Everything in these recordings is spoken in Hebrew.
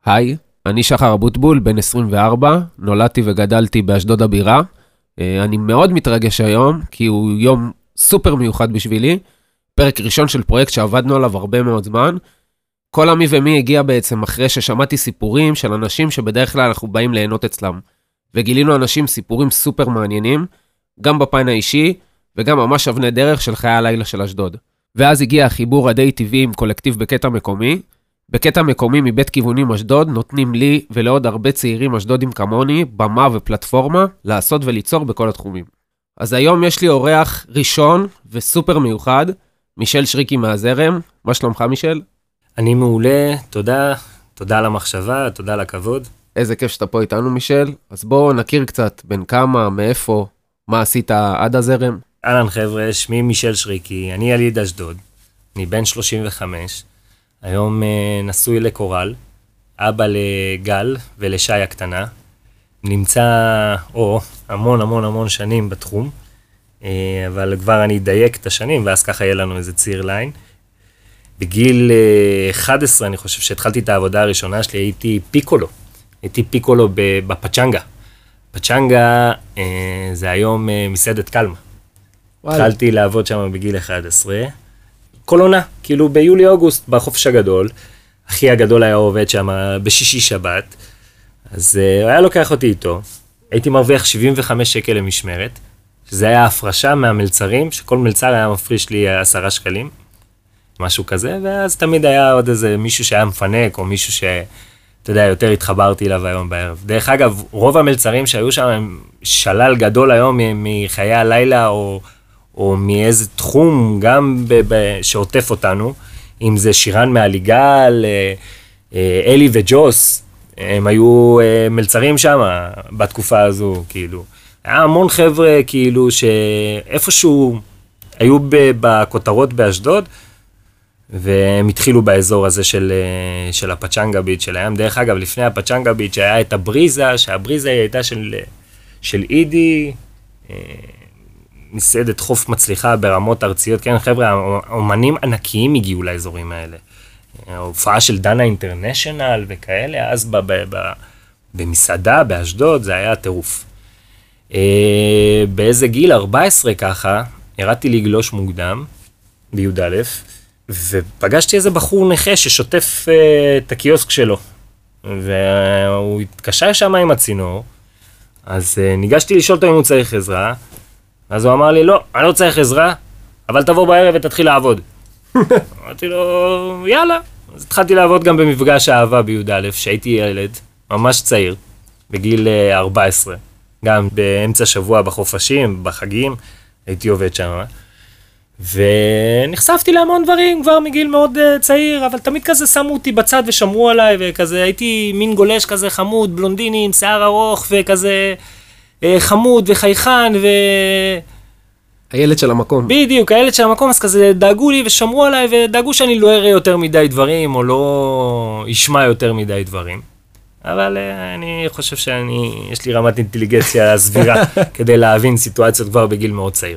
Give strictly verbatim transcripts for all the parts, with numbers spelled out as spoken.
היי, אני שחר אבוטבול, בן עשרים וארבע, נולדתי וגדלתי באשדוד הבירה. אני מאוד מתרגש היום, כי הוא יום סופר מיוחד בשבילי, פרק ראשון של פרויקט שעבדנו עליו הרבה מאוד זמן. כל עמי ומי הגיע בעצם אחרי ששמעתי סיפורים של אנשים שבדרך כלל אנחנו באים ליהנות אצלם, וגילינו אנשים סיפורים סופר מעניינים, גם בפן האישי, וגם ממש אבני דרך של חיי הלילה של אשדוד. ואז הגיע החיבור הדי טבעי עם קולקטיב בקטע מקומי. בקטע מקומי מבית כיוונים אשדוד נותנים לי ולעוד הרבה צעירים אשדודים כמוני במה ופלטפורמה לעשות וליצור בכל התחומים. אז היום יש לי אורח ראשון וסופר מיוחד, מישל שריקי מהזרם. מה שלומך מישל? אני מעולה, תודה, תודה על המחשבה, תודה על הכבוד. איזה כיף שאתה פה איתנו מישל. אז בואו נכיר קצת בין כמה, מאיפה, מה עשית עד הזרם. אהלן חבר'ה, שמי מישל שריקי, אני יליד אשדוד, אני בן שלושים וחמש, היום נשוי לקורל, אבא לגל ולשי הקטנה, נמצא או המון המון המון שנים בתחום, אבל כבר אני אדייק את השנים, ואז ככה יהיה לנו איזה ציר ליין. בגיל אחת עשרה אני חושב שהתחלתי את העבודה הראשונה שלי, הייתי פיקולו, הייתי פיקולו בפצ'נגה. פצ'נגה זה היום מסעדת קלמה. התחלתי לעבוד שם בגיל אחת עשרה, כל עונה, כאילו ביולי-אוגוסט, בחופש הגדול, אחי הגדול היה עובד שם בשישי שבת, אז הוא היה לוקח אותי איתו, הייתי מרוויח שבעים וחמישה שקל למשמרת, שזה היה הפרשה מהמלצרים, שכל מלצר היה מפריש לי עשרה שקלים, משהו כזה, ואז תמיד היה עוד איזה מישהו שהיה מפנק, או מישהו ש... אתה יודע, יותר התחברתי אליו היום בערב. דרך אגב, רוב המלצרים שהיו שם הם שלל גדול היום מחיי הלילה, או... או מאיזה תחום גם ב- ב- שעוטף אותנו, אם זה שירן מהליגל, אלי וג'וס, הם היו מלצרים שם בתקופה הזו, כאילו. היה המון חבר'ה, כאילו, שאיפשהו היו ב- בכותרות באשדוד, והם התחילו באזור הזה של, של הפצ'נגה ביט של הים. דרך אגב, לפני הפצ'נגה ביט שהיה את הבריזה, שהבריזה הייתה של, של אידי, מסעדת חוף מצליחה ברמות ארציות, כן חבר'ה, אומנים ענקיים הגיעו לאזורים האלה. ההופעה של דנה אינטרנשיונל וכאלה, אז ב- ב- ב- במסעדה, באשדוד, זה היה טירוף. באיזה גיל ארבע עשרה ככה, ירדתי לגלוש מוקדם, ביוד א', ופגשתי איזה בחור נכה ששוטף את הקיוסק שלו, והוא התקשר שם עם הצינור, אז ניגשתי לשאול אותו אם הוא צריך עזרה, אז הוא אמר לי, לא, אני לא צריך עזרה, אבל תבוא בערב ותתחיל לעבוד. אמרתי לו, יאללה. אז התחלתי לעבוד גם במפגש האהבה ביוד א', שהייתי ילד, ממש צעיר, בגיל ארבע עשרה. גם באמצע שבוע בחופשים, בחגים, הייתי עובד שם. ונחשפתי להמון דברים כבר מגיל מאוד צעיר, אבל תמיד כזה שמו אותי בצד ושמרו עליי, וכזה הייתי מין גולש כזה חמוד, בלונדיני עם שיער ארוך, וכזה... חמוד וחייכן ו... הילד של המקום. בדיוק, הילד של המקום, אז כזה דאגו לי ושמרו עליי, ודאגו שאני לא אראה יותר מדי דברים, או לא ישמע יותר מדי דברים. אבל אני חושב שאני, יש לי רמת אינטליגנציה סבירה, כדי להבין סיטואציות כבר בגיל מאוד צעיר.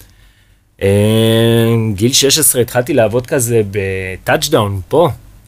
גיל שש עשרה התחלתי לעבוד כזה בטאצ'דאון, פה,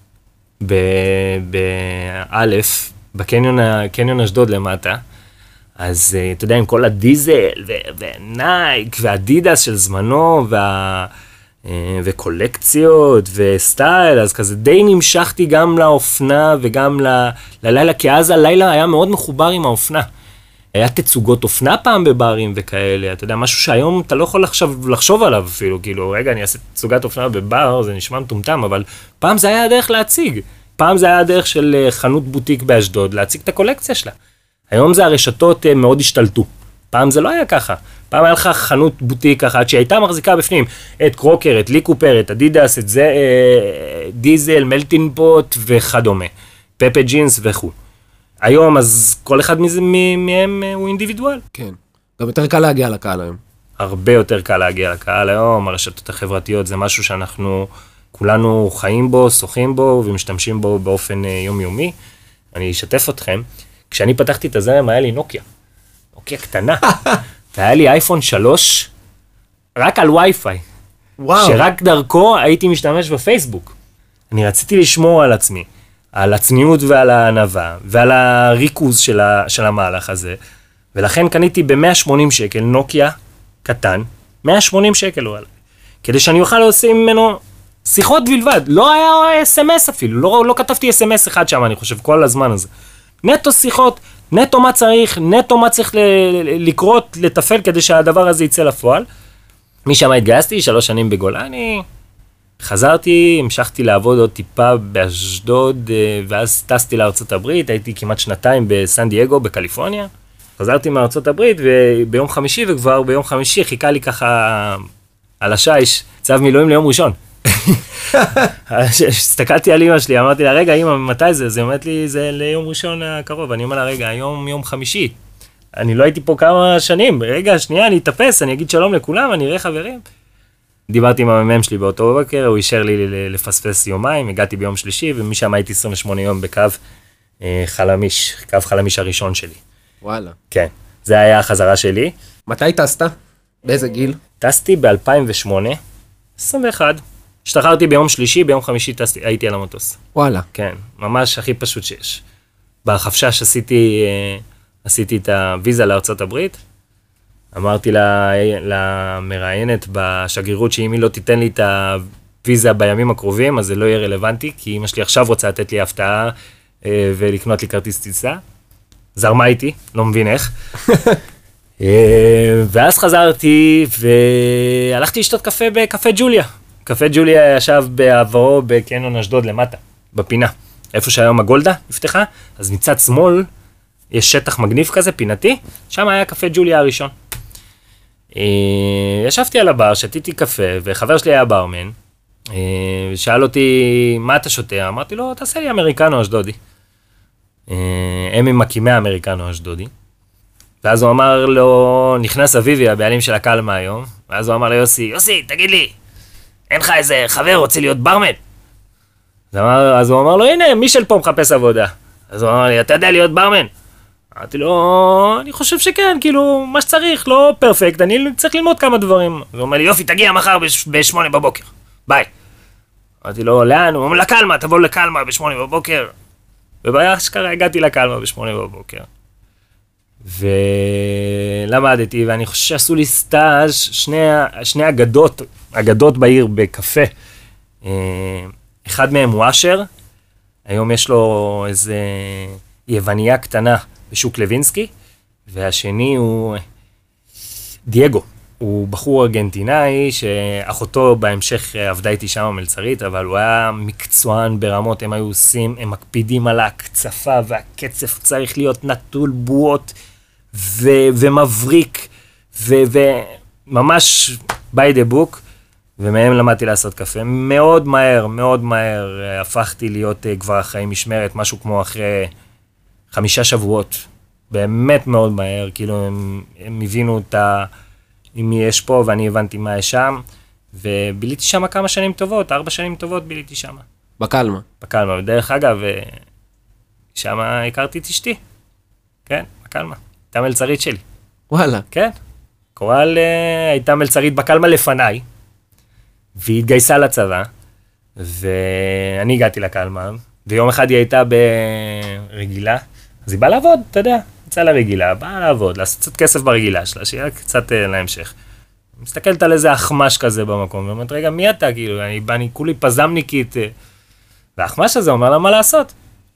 באלף, בקניון אשדוד למטה, אז אתה יודע, עם כל הדיזל ונייק והדידס של זמנו וה... וקולקציות וסטייל, אז כזה די נמשכתי גם לאופנה וגם ל... ללילה, כי אז הלילה היה מאוד מחובר עם האופנה. היה תצוגות אופנה פעם בברים וכאלה, אתה יודע, משהו שהיום אתה לא יכול לחשוב, לחשוב עליו אפילו, כאילו, רגע, אני אעשה תצוגת אופנה בבר, זה נשמע מטומטם, אבל פעם זה היה הדרך להציג. פעם זה היה הדרך של חנות בוטיק באשדוד, להציג את הקולקציה שלה. היום זה הרשתות מאוד השתלטו. פעם זה לא היה ככה. פעם היה לך חנות בוטיק אחת שהייתה מחזיקה בפנים את קרוקר, את לי קופר, את אדידס, את זה, דיזל, מלטין פוט וכדומה. פפה ג'ינס וכו'. היום אז כל אחד מהם הוא אינדיבידואל. כן. גם יותר קל להגיע לקהל היום. הרבה יותר קל להגיע לקהל היום. הרשתות החברתיות זה משהו שאנחנו כולנו חיים בו, שוחים בו ומשתמשים בו באופן יומיומי. אני אשתף אתכם. כשאני פתחתי את הזרם, היה לי נוקיה. נוקיה קטנה. והיה לי אייפון שלוש, רק על וי-פיי. וואו. שרק דרכו הייתי משתמש בפייסבוק. אני רציתי לשמור על עצמי. על הצניעות ועל הענווה, ועל הריכוז של, ה, של המהלך הזה, ולכן קניתי ב-מאה ושמונים שקל נוקיה קטן, מאה ושמונים שקל הוא עליי, כדי שאני אוכל להוציא ממנו שיחות בלבד, לא היה אס אם אס אפילו, לא, לא כתבתי אס אם אס אחד שם, אני חושב, כל הזמן הזה. נטו שיחות, נטו מה צריך, נטו מה צריך ל- לקרות, לטפל כדי שהדבר הזה יצא לפועל. משם התגייסתי, שלוש שנים בגולני, חזרתי, המשכתי לעבוד עוד טיפה באשדוד, ואז טסתי לארצות הברית, הייתי כמעט שנתיים בסן דייגו, בקליפורניה. חזרתי מארצות הברית, וביום חמישי, וכבר ביום חמישי חיכה לי ככה על השיש, צו מילואים ליום ראשון. הסתכלתי על אמא שלי, אמרתי לה, רגע, אמא, מתי זה? זה אומרת לי, זה ליום ראשון הקרוב. אני אומר לה, רגע, היום יום חמישי. אני לא הייתי פה כמה שנים. רגע, שנייה, אני אתאפס, אני אגיד שלום לכולם, אני אראה חברים. דיברתי עם המ"מ שלי באותו בבקר, הוא אישר לי לפספס יומיים, הגעתי ביום שלישי, ומשם הייתי עשרים ושמונה יום בקו חלמיש, קו חלמיש הראשון שלי. וואלה. כן, זה היה החזרה שלי. מתי טסת? באיזה גיל? טסתי ב-אלפיים ושמונה, עשרים ואחת. השתחררתי ביום שלישי, ביום חמישי טסתי, הייתי על המטוס. וואלה. כן, ממש הכי פשוט שיש. בחפשש עשיתי, עשיתי את הוויזה לארצות הברית, אמרתי לה, למראיינת בשגרירות שאם היא לא תיתן לי את הוויזה בימים הקרובים, אז זה לא יהיה רלוונטי, כי אמא שלי עכשיו רוצה לתת לי הפתעה ולקנות לי כרטיס טיסה. זרמה איתי, לא מבין איך. ואז חזרתי והלכתי לשתות קפה בקפה ג'וליה. קפה ג'וליה ישב בעברו בקניון אשדוד למטה, בפינה. איפה שהיום הגולדה נפתחה, אז מצד שמאל יש שטח מגניב כזה, פינתי, שם היה קפה ג'וליה הראשון. ישבתי על הבר, שתיתי קפה, וחבר שלי היה ברמן, שאל אותי, מה אתה שותה? אמרתי לו, תעשה לי אמריקנו אשדודי. הם עם מקימי האמריקנו אשדודי. ואז הוא אמר לו, נכנס אביבי, הבעלים של הקלמה היום, ואז הוא אמר ליוסי, יוסי, תגיד לי, אין לך איזה חבר רוצה להיות ברמן? אז, אמר, אז הוא אמר לו, הנה, מישל פה מחפש עבודה. אז הוא אמר לי, אתה יודע להיות ברמן? אמרתי לו, אני חושב שכן, כאילו, מה שצריך, לא פרפקט, אני צריך ללמוד כמה דברים. אז הוא אומר לי, יופי, תגיע מחר בשמונה בבוקר, ביי. אמרתי לו, לאן? הוא אומר, לקלמה, תבוא לקלמה בשמונה בבוקר. ובאשכרה הגעתי לקלמה בשמונה בבוקר. ולמדתי, ואני חושב שעשו לי סטאז' שני, שני אגדות, אגדות בעיר בקפה. אחד מהם הוא אשר, היום יש לו איזה יווניה קטנה בשוק לוינסקי, והשני הוא דייגו. הוא בחור ארגנטינאי, שאחותו בהמשך עבדה איתי שם המלצרית, אבל הוא היה מקצוען ברמות, הם היו עושים, הם מקפידים על ההקצפה, והקצף צריך להיות נטול בועות, ו- ומבריק, ו- וממש by the book, ומהם למדתי לעשות קפה. מאוד מהר, מאוד מהר, הפכתי להיות כבר אחרי משמרת, משהו כמו אחרי חמישה שבועות. באמת מאוד מהר, כאילו הם, הם הבינו את ה... אם יש פה, ואני הבנתי מה יש שם, וביליתי שם כמה שנים טובות, ארבע שנים טובות ביליתי שם. בקלמה. בקלמה, ודרך אגב, שם הכרתי את אשתי. כן, בקלמה. הייתה מלצרית שלי. וואלה. כן. קורל הייתה מלצרית בקלמה לפניי, והיא התגייסה לצבא, ואני הגעתי לקלמה, ויום אחד היא הייתה ברגילה, אז היא באה לעבוד, אתה יודע, יצאה לרגילה, באה לעבוד, לעשות קצת כסף ברגילה שלה, שיהיה קצת להמשך. מסתכלת על איזה אחמש כזה במקום, ואומרת, רגע, מי אתה? כאילו, אני, אני כולי פזמניקית, והאחמש הזה אומר לה מה לעשות.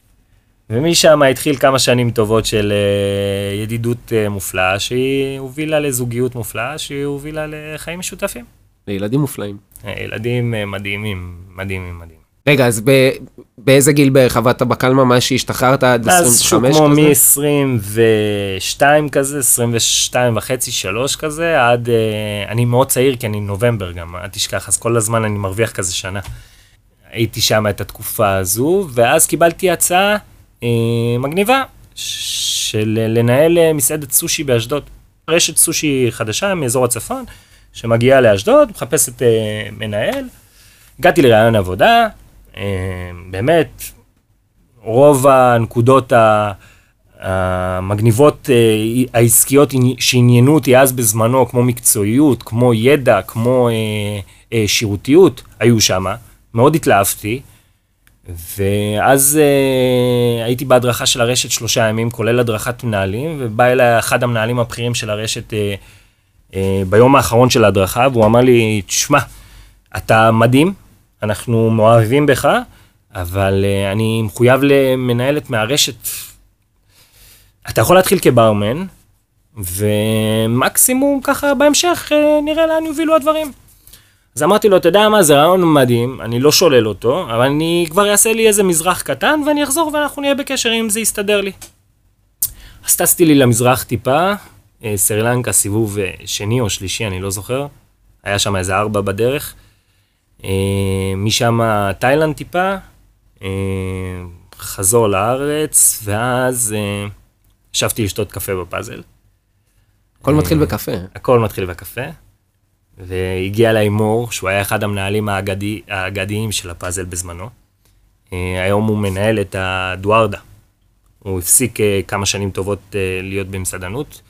ומשם התחיל כמה שנים טובות של ידידות מופלאה, שהיא הובילה לזוגיות מופלאה, שהיא הובילה לחיים משותפים. לילדים מופלאים. ילדים מדהימים, מדהימים, מדהימים. רגע, אז ב... באיזה גיל בערך עבדת בקלמה, מה שהשתחררת עד עשרים וחמש כזה? אז שוק כמו מ-עשרים ושתיים כזה, עשרים ושתיים וחצי, שלוש כזה, עד... אני מאוד צעיר, כי אני נובמבר גם, אל תשכח, אז כל הזמן אני מרוויח כזה שנה. הייתי שם את התקופה הזו, ואז קיבלתי הצעה אה, מגניבה, של לנהל מסעדת סושי באשדוד. רשת סושי חדשה מאזור הצפון, שמגיעה לאשדוד, מחפשת אה, מנהל. הגעתי לרעיון עבודה, אה, באמת, רוב הנקודות המגניבות אה, העסקיות שעניינו אותי אז בזמנו, כמו מקצועיות, כמו ידע, כמו אה, אה, שירותיות, היו שם. מאוד התלהבתי, ואז uh, הייתי בהדרכה של הרשת שלושה ימים, כולל הדרכת מנהלים, ובא אליי אחד המנהלים הבכירים של הרשת uh, uh, ביום האחרון של ההדרכה, והוא אמר לי, תשמע, אתה מדהים, אנחנו מאוהבים בך, אבל uh, אני מחויב למנהלת מהרשת, אתה יכול להתחיל כברמן, ומקסימום ככה בהמשך uh, נראה לאן יובילו הדברים. אז אמרתי לו, אתה יודע מה, זה רעיון מדהים, אני לא שולל אותו, אבל אני כבר אעשה לי איזה מזרח קטן, ואני אחזור ואנחנו נהיה בקשר אם זה יסתדר לי. אז טסתי לי למזרח טיפה, סרילנקה, סיבוב שני או שלישי, אני לא זוכר, היה שם איזה ארבע בדרך, משם תאילנד טיפה, חזור לארץ, ואז ישבתי לשתות קפה בפאזל. הכל מתחיל בקפה. הכל מתחיל בקפה. והגיע אליי מור, שהוא היה אחד המנהלים האגדי, האגדיים של הפאזל בזמנו. היום הוא מנהל את הדוארדה. הוא הפסיק כמה שנים טובות להיות במסעדנות,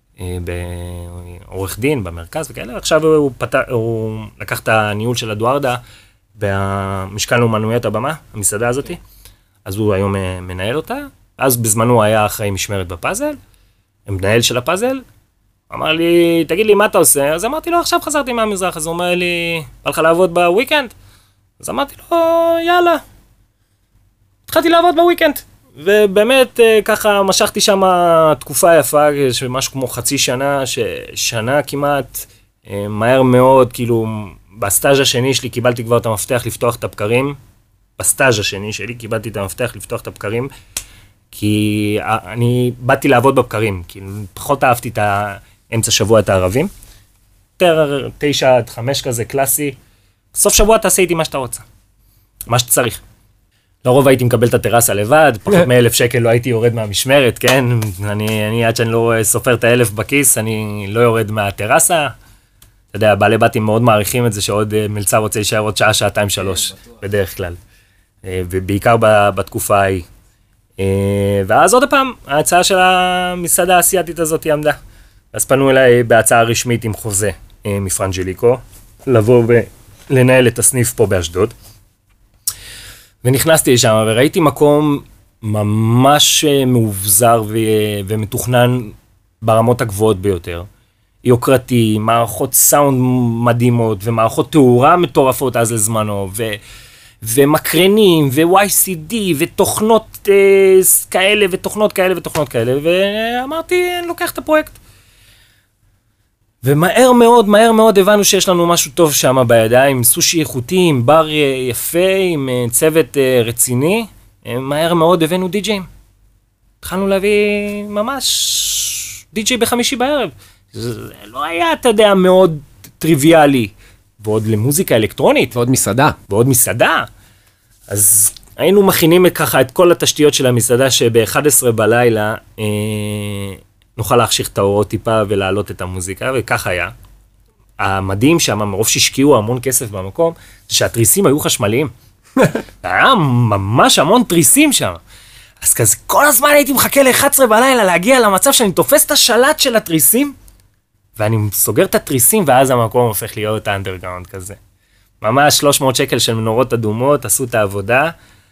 בעורך דין, במרכז וכאלה. עכשיו הוא, פת... הוא לקח את הניהול של הדוארדה במשכן לאומנויות הבמה, המסעדה הזאת. אז הוא היום מנהל אותה. אז בזמנו הוא היה אחרי משמרת בפאזל, המנהל של הפאזל. אמר לי, תגיד לי, מה אתה עושה? אז אמרתי לו, עכשיו חזרתי מהמזרח. אז הוא אומר לי, בא לך לעבוד בוויקנד? אז אמרתי לו, יאללה. התחלתי לעבוד בוויקנד. ובאמת, ככה, משכתי שם תקופה יפה, משהו כמו חצי שנה, שנה כמעט, מהר מאוד, כאילו, בסטאז' השני שלי קיבלתי כבר את המפתח לפתוח את הבקרים. בסטאז' השני שלי קיבלתי את המפתח לפתוח את הבקרים, כי אני באתי לעבוד בבקרים, כי פחות אהבתי את האמצע שבוע את הערבים. יותר תשע עד חמש כזה קלאסי. סוף שבוע תעשה איתי מה שאתה רוצה. מה שצריך. לרוב הייתי מקבל את הטרסה לבד, פחות מאלף שקל לא הייתי יורד מהמשמרת, כן? אני, אני עד שאני לא סופר את האלף בכיס, אני לא יורד מהטרסה. אתה יודע, בעלי בתים מאוד מעריכים את זה, שעוד מלצר רוצה להישאר עוד שעה, שעתיים, שלוש, בדרך כלל. ובעיקר בתקופה ההיא. ואז עוד הפעם, ההצעה של המסעדה האסייתית הזאת היא עמדה. אז פנו אליי בהצעה רשמית עם חוזה מפרנג'ליקו, לבוא ולנהל את הסניף פה באשדוד. ונכנסתי לשם וראיתי מקום ממש מאובזר ו... ומתוכנן ברמות הגבוהות ביותר. יוקרתי, מערכות סאונד מדהימות ומערכות תאורה מטורפות אז לזמנו, ו... ומקרנים, ו-וואי סי די, ותוכנות אה, כאלה, ותוכנות כאלה, ותוכנות כאלה, ואמרתי, אני לוקח את הפרויקט. ומהר מאוד, מהר מאוד הבנו שיש לנו משהו טוב שם בידיים, סושי איכותי, עם בר יפה, עם צוות אה, רציני, מהר מאוד הבאנו די-ג'יים. התחלנו להביא ממש די-ג'יי בחמישי בערב. זה לא היה, אתה יודע, מאוד טריוויאלי. ועוד למוזיקה אלקטרונית. ועוד מסעדה. ועוד מסעדה. אז היינו מכינים ככה את כל התשתיות של המסעדה, שב-אחת עשרה בלילה אה, נוכל להחשיך את האורות טיפה ולהעלות את המוזיקה, וכך היה. המדהים שם, מרוב שהשקיעו המון כסף במקום, זה שהתריסים היו חשמליים. היה ממש המון תריסים שם. אז כזה כל הזמן הייתי מחכה ל-אחת עשרה בלילה להגיע למצב שאני תופס את השלט של התריסים, ואני סוגר את התריסים, ואז המקום הופך להיות האנדרגראונד כזה. ממש שלוש מאות שקל של מנורות אדומות, עשו את העבודה,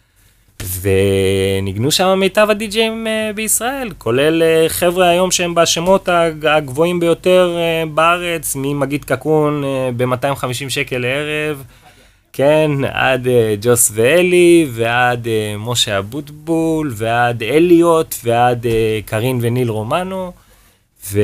וניגנו שם מיטב הדי-ג'יים בישראל, כולל חבר'ה היום שהם בשמות הגבוהים ביותר בארץ, ממגיד קקון ב-מאתיים וחמישים שקל לערב, כן, עד ג'וס ואלי, ועד משה אבוטבול, ועד אליוט, ועד קרין וניל רומנו, ו...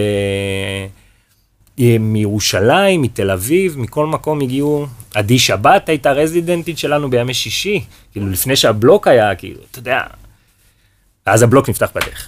מירושלים, מתל אביב, מכל מקום הגיעו, עדי שבת הייתה רזידנטית שלנו בימי שישי, כאילו לפני שהבלוק היה, כאילו, אתה יודע, אז הבלוק נפתח בדרך.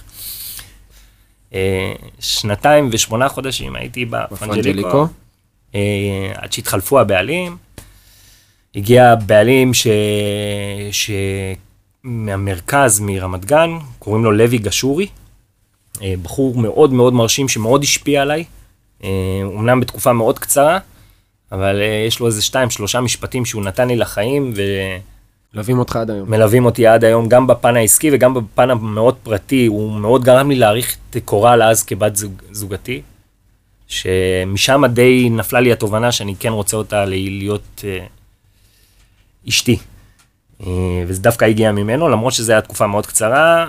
שנתיים ושמונה חודשים הייתי בפרנג'ליקו, עד שהתחלפו הבעלים, הגיע הבעלים ש... מהמרכז, מרמת גן, קוראים לו לוי גשורי, בחור מאוד מאוד מרשים שמאוד השפיע עליי, אומנם בתקופה מאוד קצרה, אבל יש לו איזה שתיים, שלושה משפטים שהוא נתן לי לחיים, מלווים אותך עד היום. מלווים אותי עד היום, גם בפן העסקי וגם בפן המאוד פרטי, הוא מאוד גרם לי להעריך את קורל אז כבת זוג, זוגתי, שמשם די נפלה לי התובנה שאני כן רוצה אותה להיות אשתי. וזה דווקא הגיע ממנו, למרות שזו הייתה תקופה מאוד קצרה,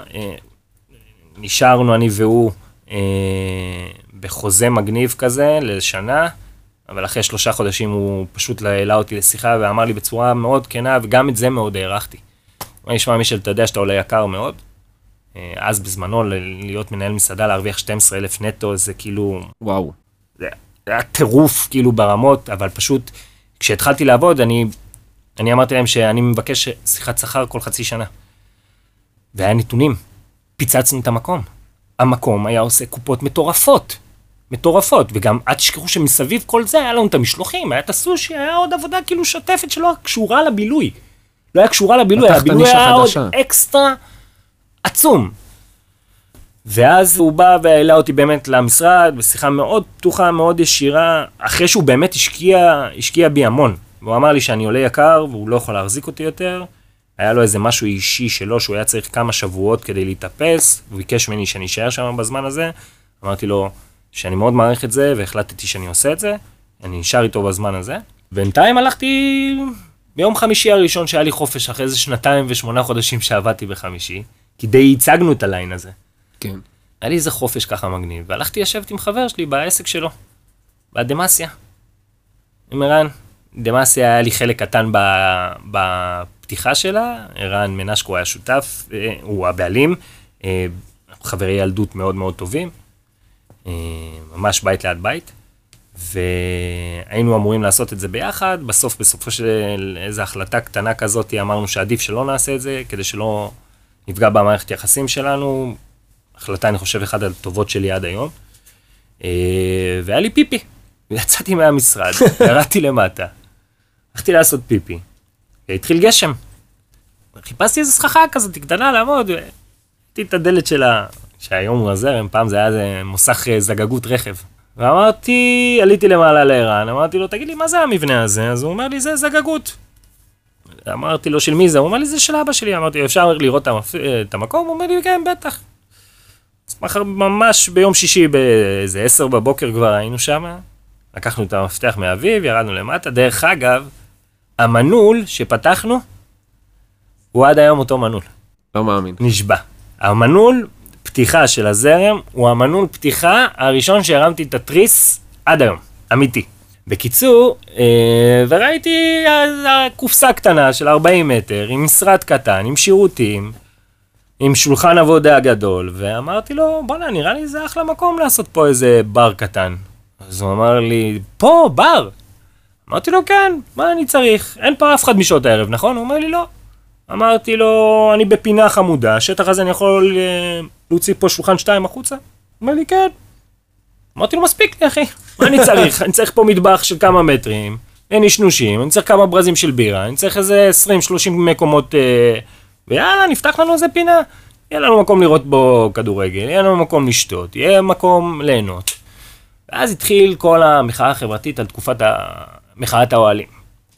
נשארנו אני והוא בחוזה מגניב כזה לשנה, אבל אחרי שלושה חודשים הוא פשוט העלה אותי לשיחה ואמר לי בצורה מאוד כנה, וגם את זה מאוד הערכתי. אני אשמע מישל, אתה יודע שאתה עולה יקר מאוד, אז בזמנו להיות מנהל מסעדה להרוויח שנים עשר אלף נטו, זה כאילו... וואו. זה היה טירוף כאילו ברמות, אבל פשוט כשהתחלתי לעבוד, אני, אני אמרתי להם שאני מבקש שיחת שכר כל חצי שנה. והיה נתונים, פיצצנו את המקום. המקום היה עושה קופות מטורפות, מטורפות, וגם עד תשכחו שמסביב כל זה היה לנו את המשלוחים, היה את הסושי, היה עוד עבודה כאילו שוטפת שלא קשורה לבילוי. לא היה קשורה לבילוי, הבילוי היה עוד אקסטרה עצום. ואז הוא בא והעלה אותי באמת למשרד, בשיחה מאוד פתוחה, מאוד ישירה, אחרי שהוא באמת השקיע, השקיע בי המון. והוא אמר לי שאני עולה יקר, והוא לא יכול להחזיק אותי יותר. היה לו איזה משהו אישי שלו, שהוא היה צריך כמה שבועות כדי להתאפס, והוא ביקש ממני שאני אשאר שם בזמן הזה. אמרתי לו שאני מאוד מעריך את זה, והחלטתי שאני עושה את זה. אני נשאר איתו בזמן הזה. בינתיים הלכתי ביום חמישי הראשון שהיה לי חופש, אחרי איזה שנתיים ושמונה חודשים שעבדתי בחמישי, כי די הצגנו את הליין הזה. כן. היה לי איזה חופש ככה מגניב, והלכתי לשבת עם חבר שלי בעסק שלו, בדמאסיה. עם ערן, דמאסיה היה לי חלק קטן בפתיחה שלה, ערן מנשקו היה שותף, הוא הבעלים, חברי ילדות מאוד מאוד טובים, ממש בית ליד בית, והיינו אמורים לעשות את זה ביחד, בסוף, בסופו של איזו החלטה קטנה כזאת, אמרנו שעדיף שלא נעשה את זה, כדי שלא נפגע במערכת יחסים שלנו, החלטה, אני חושב, אחד הטובות שלי עד היום. והיה לי פיפי. ויצאתי מהמשרד, ירדתי למטה. הלכתי לעשות פיפי. והתחיל גשם. חיפשתי איזו סככה כזאת, קטנה לעמוד, והייתי את הדלת שלה, שהיום הוא הזרם, פעם זה היה זה מוסך זגגות רכב. ואמרתי, עליתי למעלה לערן, אמרתי לו, תגיד לי, מה זה המבנה הזה? אז הוא אומר לי, זה זגגות. אמרתי לו, של מי זה? הוא אומר לי, זה של אבא שלי. אמרתי, אפשר לראות את המקום? הוא אומר לי, כן, בטח. אז ממש ביום שישי באיזה עשר בבוקר כבר היינו שם, לקחנו את המפתח מאביב, ירדנו למטה, דרך אגב, המנעול שפתחנו, הוא עד היום אותו מנעול. לא מאמין. נשבע. המנעול פתיחה של הזרם, הוא המנעול פתיחה הראשון שהרמתי את הטריס עד היום, אמיתי. בקיצור, וראיתי קופסה קטנה של ארבעים מטר, עם משרד קטן, עם שירותים, עם שולחן עבודה גדול, ואמרתי לו, בוא'נה, נראה לי זה אחלה מקום לעשות פה איזה בר קטן. אז הוא אמר לי, פה, בר. אמרתי לו, כן, מה אני צריך? אין פה אף אחד משעות הערב, נכון? הוא אומר לי, לא. אמרתי לו, אני בפינה חמודה, השטח הזה אני יכול להוציא פה שולחן שתיים החוצה? הוא אומר לי, כן. אמרתי לו, מספיק לי, אחי. מה אני צריך? אני צריך פה מטבח של כמה מטרים, אין נשנושים, אני צריך כמה ברזים של בירה, אני צריך איזה עשרים שלושים מקומות... ויאללה, נפתח לנו איזה פינה, יהיה לנו מקום לראות בו כדורגל, יהיה לנו מקום לשתות, יהיה מקום ליהנות. ואז התחיל כל המחאה החברתית על תקופת מחאת האוהלים.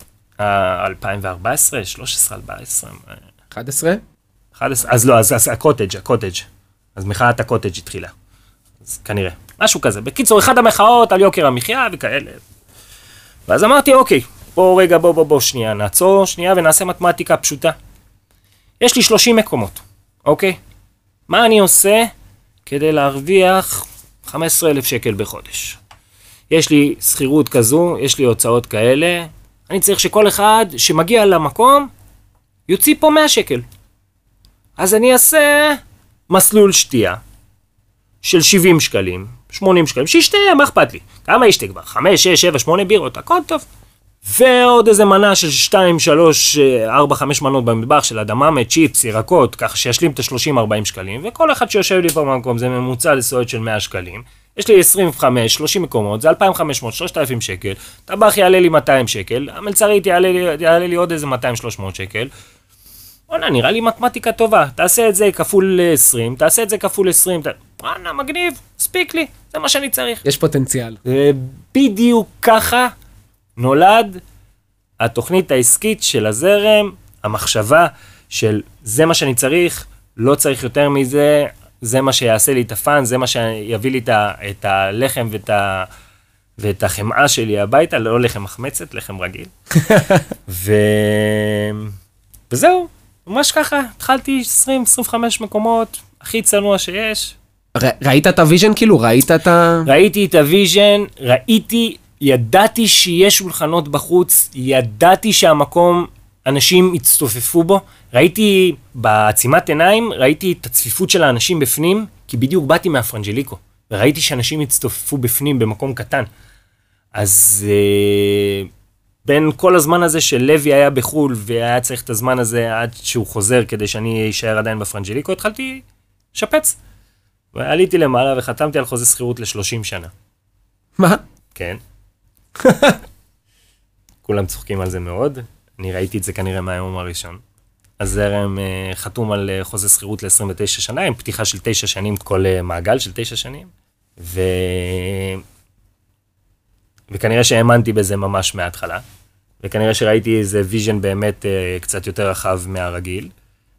אלפיים וארבע עשרה, שלוש עשרה, ארבע עשרה. אחת עשרה? אחת עשרה, אז לא, אז, אז הקוטג', הקוטג'. אז מחאת הקוטג' התחילה. אז כנראה, משהו כזה. בקיצור, אחד המחאות על יוקר המחיה וכאלה. ואז אמרתי, אוקיי, בוא רגע, בוא, בוא, בוא, שנייה, נעצור, שנייה ונעשה מתמטיקה פשוטה. יש לי שלושים מקומות, אוקיי? מה אני עושה כדי להרוויח חמישה עשר אלף שקל בחודש? יש לי שכירות כזו, יש לי הוצאות כאלה, אני צריך שכל אחד שמגיע למקום יוציא פה מאה שקל. אז אני אעשה מסלול שתייה של שבעים שקלים, שמונים שקלים, שישתה, מה אכפת לי? כמה ישתה כבר? חמש, שש, שבע, שמונה בירות, הכל טוב. ועוד איזה מנה של שתיים, שלוש, ארבע, חמש מנות במטבח של אדמה, צ'יפס, ירקות, כך שישלים את ה-שלושים ארבעים שקלים, וכל אחד שיושב לי פה במקום זה ממוצע לסועד של מאה שקלים. יש לי עשרים וחמש, שלושים מקומות, זה אלפיים וחמש מאות, שלושת אלפים שקל, טבח יעלה לי מאתיים שקל, המלצרית יעלה לי, יעלה לי עוד איזה מאתיים שלוש מאות שקל. וואלה, נראה לי מתמטיקה טובה, תעשה את זה כפול עשרים, תעשה את זה כפול עשרים, ת... וואלה, מגניב, ספיק לי, זה מה שאני צריך. יש פוטנציאל. בדיוק ככה נולד התוכנית העסקית של הזרם, המחשבה של זה מה שאני צריך, לא צריך יותר מזה, זה מה שיעשה לי את הפן, זה מה שיביא לי את הלחם ואת, ה... ואת החמאה שלי הביתה, לא לחם מחמצת, לחם רגיל. ו... וזהו, ממש ככה, התחלתי עשרים עשרים וחמש מקומות, הכי צנוע שיש. ר, ראית את הוויז'ן כאילו? ראית את ה... ראיתי את הוויז'ן, ראיתי, ידעתי שיש שולחנות בחוץ, ידעתי שהמקום, אנשים הצטופפו בו, ראיתי בעצימת עיניים, ראיתי את הצפיפות של האנשים בפנים, כי בדיוק באתי מהפרנג'ליקו, וראיתי שאנשים הצטופפו בפנים במקום קטן. אז אה, בין כל הזמן הזה של לוי היה בחול, והיה צריך את הזמן הזה עד שהוא חוזר, כדי שאני אשאר עדיין בפרנג'ליקו, התחלתי לשפץ. ועליתי למעלה וחתמתי על חוזה שכירות ל-שלושים שנה. מה? כן. כולם צוחקים על זה מאוד. אני ראיתי את זה כנראה מהיום הראשון. הזרם uh, חתום על uh, חוזה שכירות ל-עשרים ותשע שנה, עם פתיחה של תשע שנים, כל uh, מעגל של תשע שנים. ו... וכנראה שהאמנתי בזה ממש מההתחלה. וכנראה שראיתי איזה ויז'ן באמת uh, קצת יותר רחב מהרגיל.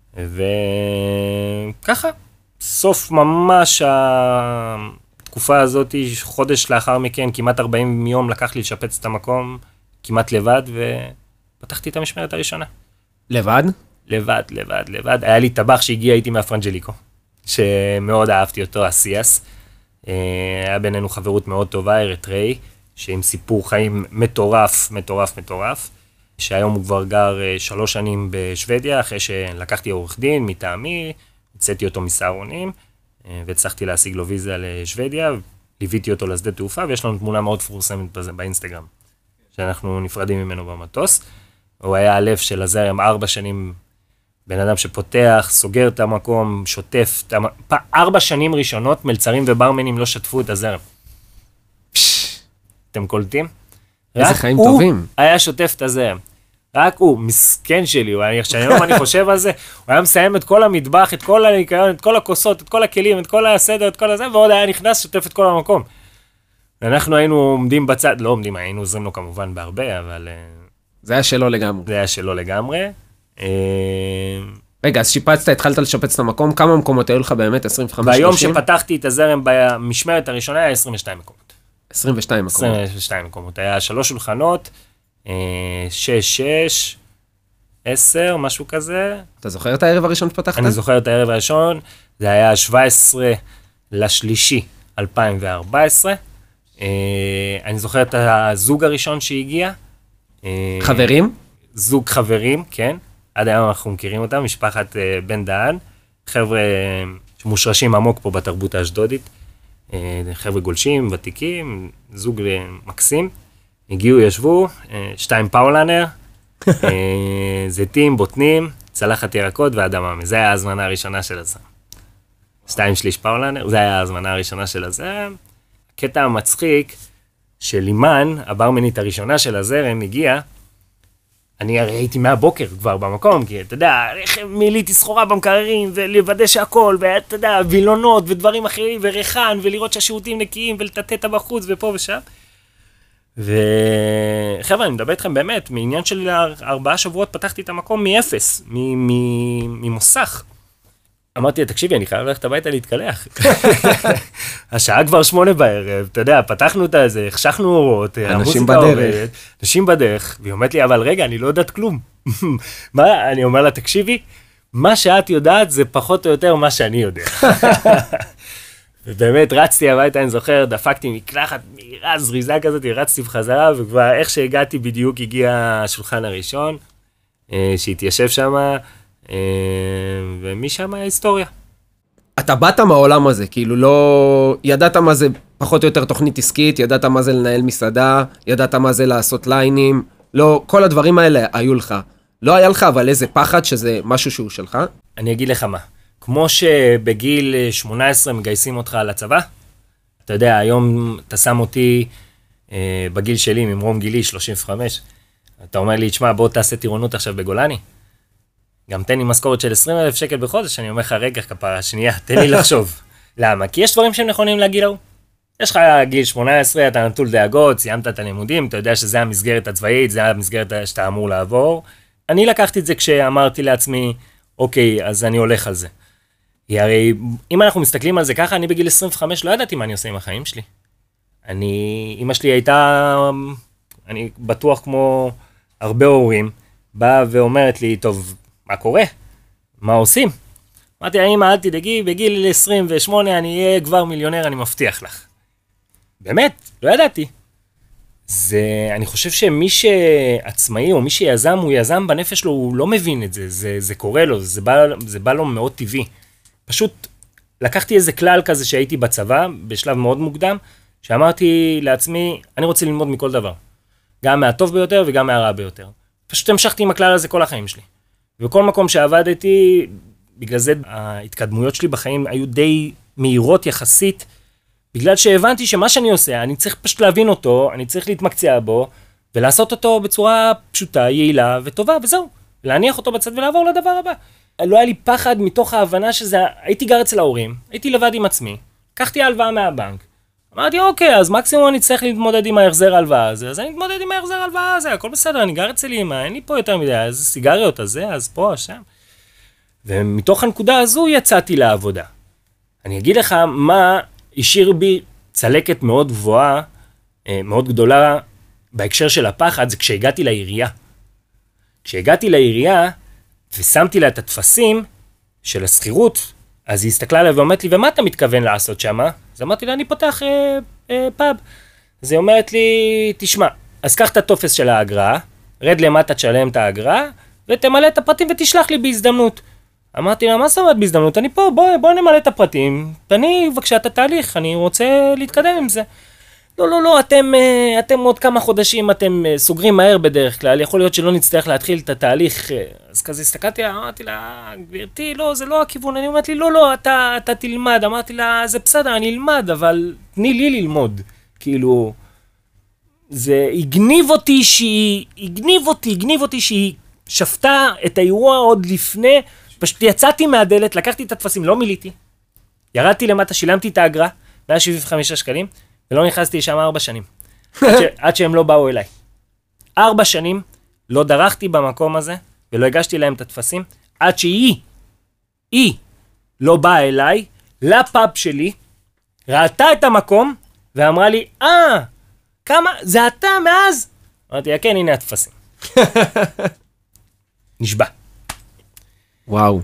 וככה. סוף ממש התקופה הזאת, חודש לאחר מכן, כמעט ארבעים יום לקח לי לשפץ את המקום, כמעט לבד, ופתחתי את המשמרת הראשונה. לבד? לבד, לבד, לבד. היה לי טבח שהגיע איתי מהפרנג'ליקו, שמאוד אהבתי אותו, אסיאס. היה בינינו חברות מאוד טובה, אריתראי, שעם סיפור חיים מטורף, מטורף, מטורף, שהיום הוא כבר גר שלוש שנים בשוודיה, אחרי שלקחתי עורך דין מטעמי, הצאתי אותו מסהרונים, והצלחתי להשיג לו ויזה לשוודיה, ליוויתי אותו לשדה תעופה, ויש לנו תמונה מאוד פורסמת באינסטגרם, שאנחנו נפרדים ממנו במטוס. הוא היה הלב של הזרם, ארבע שנים, בן אדם שפותח, סוגר את המקום, שוטף, את המ... ארבע שנים ראשונות, מלצרים וברמנים לא שטפו את הזרם. אתם קולטים? איזה חיים טובים. הוא היה שוטף את הזרם. רק הוא, מסכן שלי, הוא היה, כשהיום אני חושב על זה, הוא היה מסיים את כל המטבח, את כל הניקיון, את כל הכוסות, את כל הכלים, את כל הסדר, את כל הזה, ועוד היה נכנס, שוטף את כל המקום. ואנחנו היינו עומדים בצד, לא עומדים, היינו עוזרים לו כמובן בהרבה, אבל... זה היה שלו לגמרי. זה היה שלו לגמרי. רגע, אז שיפצת, התחלת לשפץ את המקום, כמה מקומות היו לך באמת? עשרים וחמש ביום שפתחתי את הזרם במשמרת הראשונה, היה עשרים ושתיים מקומות. עשרים ושתיים מקומות. עשרים ושתיים מקומות. היה שלוש שולחנות, שש, שש, עשר, משהו כזה. אתה זוכר את הערב הראשון שפתחת? אני זוכר את הערב הראשון, זה היה שבע עשרה לשלישי אלפיים וארבע עשרה. אני זוכר את הזוג הראשון שהגיע. חברים? זוג חברים, כן. עד היום אנחנו מכירים אותם, משפחת בן דהן. חבר'ה שמושרשים עמוק פה בתרבות האשדודית. חבר'ה גולשים, ותיקים, זוג מקסים. הגיעו, ישבו, שתיים פאולנר, זיתים, בוטנים, צלחת ירקות ואדמה. זה היה ההזמנה הראשונה של הזרם. שתיים שליש פאולנר, זה היה ההזמנה הראשונה של הזרם. הקטע המצחיק של לימן, הברמנית הראשונה של הזרם, הגיעה, אני הרי הייתי מהבוקר כבר במקום, כי אתה יודע, מיליתי סחורה במקררים, ולוודא שהכל, ואתה יודע, וילונות ודברים אחרים, וריחן, ולראות שהשירותים נקיים, ולטטט בחוץ, ופה ושם. וחבר'ה, אני מדבר איתכם באמת, מעניין של ארבעה שבועות פתחתי את המקום מאפס, ממוסך. אמרתי, תקשיבי, אני חייב ללכת הביתה להתקלח. השעה כבר שמונה בערב, אתה יודע, פתחנו את זה, החשכנו אורות, אנשים בדרך. אנשים בדרך, והיא אומרת לי, אבל רגע, אני לא יודעת כלום. מה? אני אומר לה, תקשיבי, מה שאת יודעת זה פחות או יותר מה שאני יודע. ובאמת רצתי הביתה, אני זוכר, דפקתי מקלחת מהירה, זריזה כזאת, רצתי בחזרה, וכבר איך שהגעתי בדיוק הגיע השולחן הראשון, שהתיישב שם, ומשם ההיסטוריה. אתה באת מהעולם הזה, כאילו לא... ידעת מה זה פחות או יותר תוכנית עסקית, ידעת מה זה לנהל מסעדה, ידעת מה זה לעשות ליינים, לא, כל הדברים האלה היו לך. לא היה לך, אבל איזה פחד שזה משהו שהוא שלך? אני אגיד לך מה. כמו שבגיל שמונה עשרה מגייסים אותך לצבא, אתה יודע, היום אתה שם אותי אה, בגיל שלי, ממרום גילי, שלושים וחמש, אתה אומר לי, תשמע, בוא תעשה טירונות עכשיו בגולני. גם תן לי משכורת של עשרים אלף שקל בחודש, אני אומר לך, רגע, כפרה, שנייה, תן לי לחשוב. למה? כי יש דברים שהם נכונים להגיל ההוא. יש לך גיל שמונה עשרה, אתה נטול דאגות, סיימת את הלימודים, אתה יודע שזה המסגרת הצבאית, זה המסגרת שאתה אמור לעבור. אני לקחתי את זה כשאמרתי לעצמי, אוקיי, אז אני הולך על זה. הרי אם אנחנו מסתכלים על זה ככה, אני בגיל עשרים וחמש לא ידעתי מה אני עושה עם החיים שלי. אני, אמא שלי הייתה, אני בטוח כמו הרבה הורים, באה ואומרת לי, טוב, מה קורה? מה עושים? אמרתי, האמא, אל תדאגי, בגיל עשרים ושמונה אני אהיה כבר מיליונר, אני מבטיח לך. באמת, לא ידעתי. זה, אני חושב שמי שעצמאי או מי שיזם, הוא יזם בנפש לו, הוא לא מבין את זה, זה, זה קורה לו, זה בא, זה בא לו מאוד טבעי. פשוט לקחתי איזה כלל כזה שהייתי בצבא, בשלב מאוד מוקדם, שאמרתי לעצמי, אני רוצה ללמוד מכל דבר. גם מהטוב ביותר וגם מהרע ביותר. פשוט המשכתי עם הכלל הזה כל החיים שלי. ובכל מקום שעבדתי, בגלל זה ההתקדמויות שלי בחיים היו די מהירות יחסית, בגלל שהבנתי שמה שאני עושה, אני צריך פשוט להבין אותו, אני צריך להתמקצע בו, ולעשות אותו בצורה פשוטה, יעילה וטובה, וזהו. להניח אותו בצד ולעבור לדבר הבא. לא היה לי פחד מתוך ההבנה שזה, הייתי גר אצל ההורים, הייתי לבד עם עצמי, לקחתי הלוואה מהבנק, אמרתי, אוקיי, אז מקסימום אני צריך להתמודד עם ההחזר ההלוואה הזה, אז אני מתמודד עם ההחזר ההלוואה הזה, הכל בסדר, אני גר אצל אמא, אין לי פה יותר מדי, אז סיגריות, אז זה, אז פה, שם. ומתוך הנקודה הזו יצאתי לעבודה. אני אגיד לך מה השאיר בי צלקת מאוד גבוהה, מאוד גדולה, בהקשר של הפחד, זה כשהגעתי לעירייה. כשהגעתי לעירייה, ושמתי לה את התפסים של הסחירות, אז היא הסתכלה עליי ואומרת לי, ומה אתה מתכוון לעשות שמה? אז אמרתי לה, אני פותח אה, אה, פאב. אז היא אומרת לי, תשמע, אז קח את הטופס של האגרה, רד למטה תשלם את האגרה, ותמלא את הפרטים ותשלח לי בהזדמנות. אמרתי לה, מה זאת אומרת בהזדמנות? אני פה, בוא, בוא נמלא את הפרטים, תני בבקשה את התהליך, אני רוצה להתקדם עם זה. לא, לא, לא, אתם, אתם עוד כמה חודשים, אתם סוגרים מהר בדרך כלל, יכול להיות שלא נצטרך להתחיל את התהליך, אז כזה הסתכלתי לה, אמרתי לה, גבירתי, לא, זה לא הכיוון, אני אומרת לי, לא, לא, אתה, אתה תלמד, אמרתי לה, זה בסדר, אני אלמד, אבל תני לי ללמוד, כאילו, זה הגניב אותי שהיא, הגניב אותי, הגניב אותי שהיא שפטה את האירוע עוד לפני, פשוט יצאתי מהדלת, לקחתי את התפסים, לא מיליתי, ירדתי למטה, שילמתי את האגרה, מאה שבעים וחמישה שקלים, ולא נכנסתי שם ארבע שנים, עד, ש... עד שהם לא באו אליי. ארבע שנים לא דרכתי במקום הזה, ולא הגשתי להם את התפסים, עד שהיא, היא, לא באה אליי, לפאב שלי, ראתה את המקום, ואמרה לי, אה, כמה, זה אתה מאז? אמרתי, כן, הנה התפסים. נשבע. וואו.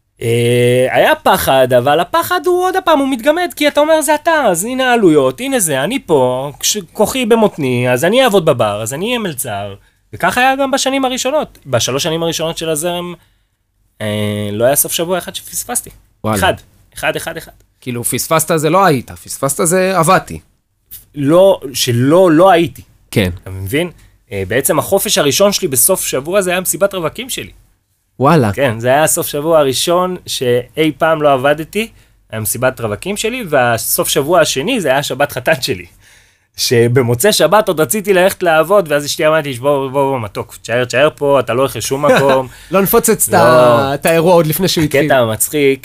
היה פחד, אבל הפחד הוא עוד הפעם, הוא מתגמד, כי אתה אומר זה אתה, אז הנה העלויות, הנה זה, אני פה, כוחי במותני, אז אני אעבוד בבר, אז אני אהיה מלצר, וכך היה גם בשנים הראשונות. בשלוש שנים הראשונות של הזרם, אה, לא היה סוף שבוע אחד שפספסתי. וואלה. אחד, אחד, אחד, אחד. כאילו, פספסת זה לא היית, פספסת זה עבדתי. לא, שלא, לא הייתי. כן. אתה מבין? אה, בעצם החופש הראשון שלי בסוף שבוע, זה היה מסיבת רווקים שלי. וואלה. כן, זה היה הסוף שבוע הראשון שאי פעם לא עבדתי, היה מסיבת רווקים שלי, והסוף שבוע השני זה היה שבת חתן שלי. שבמוצא שבת עוד רציתי ללכת לעבוד, ואז אשתי אמרתי, בוא, בוא, בוא, מתוק, תשאר, תשאר פה, אתה לא הולך לשום מקום. לא נפוצץ את האירוע עוד לפני שהוא התחיל. הקטע המצחיק,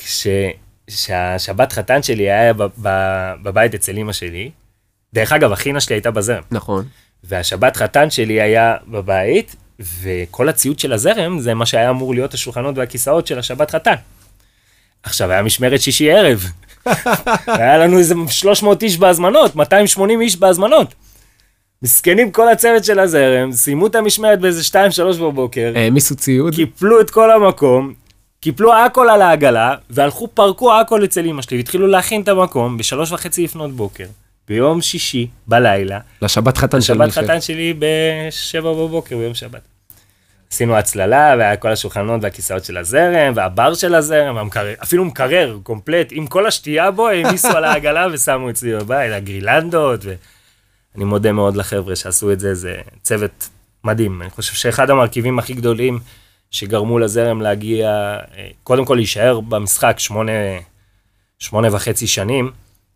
שהשבת חתן שלי היה בבית אצל אמא שלי, דרך אגב, אחינה שלי הייתה בזרם. נכון. והשבת חתן שלי היה בבית, וכל הציוד של הזרם, זה מה שהיה אמור להיות השולחנות והכיסאות של השבת חתן. עכשיו, היה משמרת שישי ערב. היה לנו איזה שלוש מאות איש בהזמנות, מאתיים ושמונים איש בהזמנות. מסכנים כל הצוות של הזרם, סיימו את המשמרת באיזה שתיים שלוש בבוקר. העמיסו ציוד. קיפלו את כל המקום, קיפלו הכל על העגלה, והלכו פרקו הכל אצל אמא שלי, והתחילו להכין את המקום בשלוש וחצי לפנות בוקר. ביום שישי, בלילה. לשבת חתן של לשבת חתן שלי בשבע בבוקר ביום שבת. עשינו הצללה, והיה כל השולחנות והכיסאות של הזרם, והבר של הזרם, והמקרר, אפילו מקרר קומפלט, עם כל השתייה בו, הם ניסו על העגלה ושמו אצלי בבית, הגרילנדות, ואני מודה מאוד לחבר'ה שעשו את זה, זה צוות מדהים. אני חושב שאחד המרכיבים הכי גדולים שגרמו לזרם להגיע, קודם כל להישאר במשחק שמונה, שמונה וחצי שנים,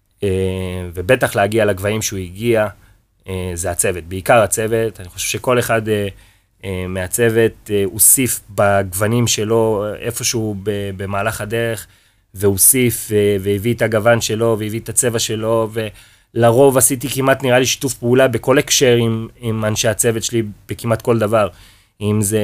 ובטח להגיע לגבהים שהוא הגיע, זה הצוות, בעיקר הצוות. אני חושב שכל אחד מהצוות הוסיף בגוונים שלו איפשהו במהלך הדרך, והוסיף והביא את הגוון שלו, והביא את הצבע שלו, ולרוב עשיתי כמעט נראה לי שיתוף פעולה בכל הקשר עם, עם אנשי הצוות שלי בכמעט כל דבר. אם זה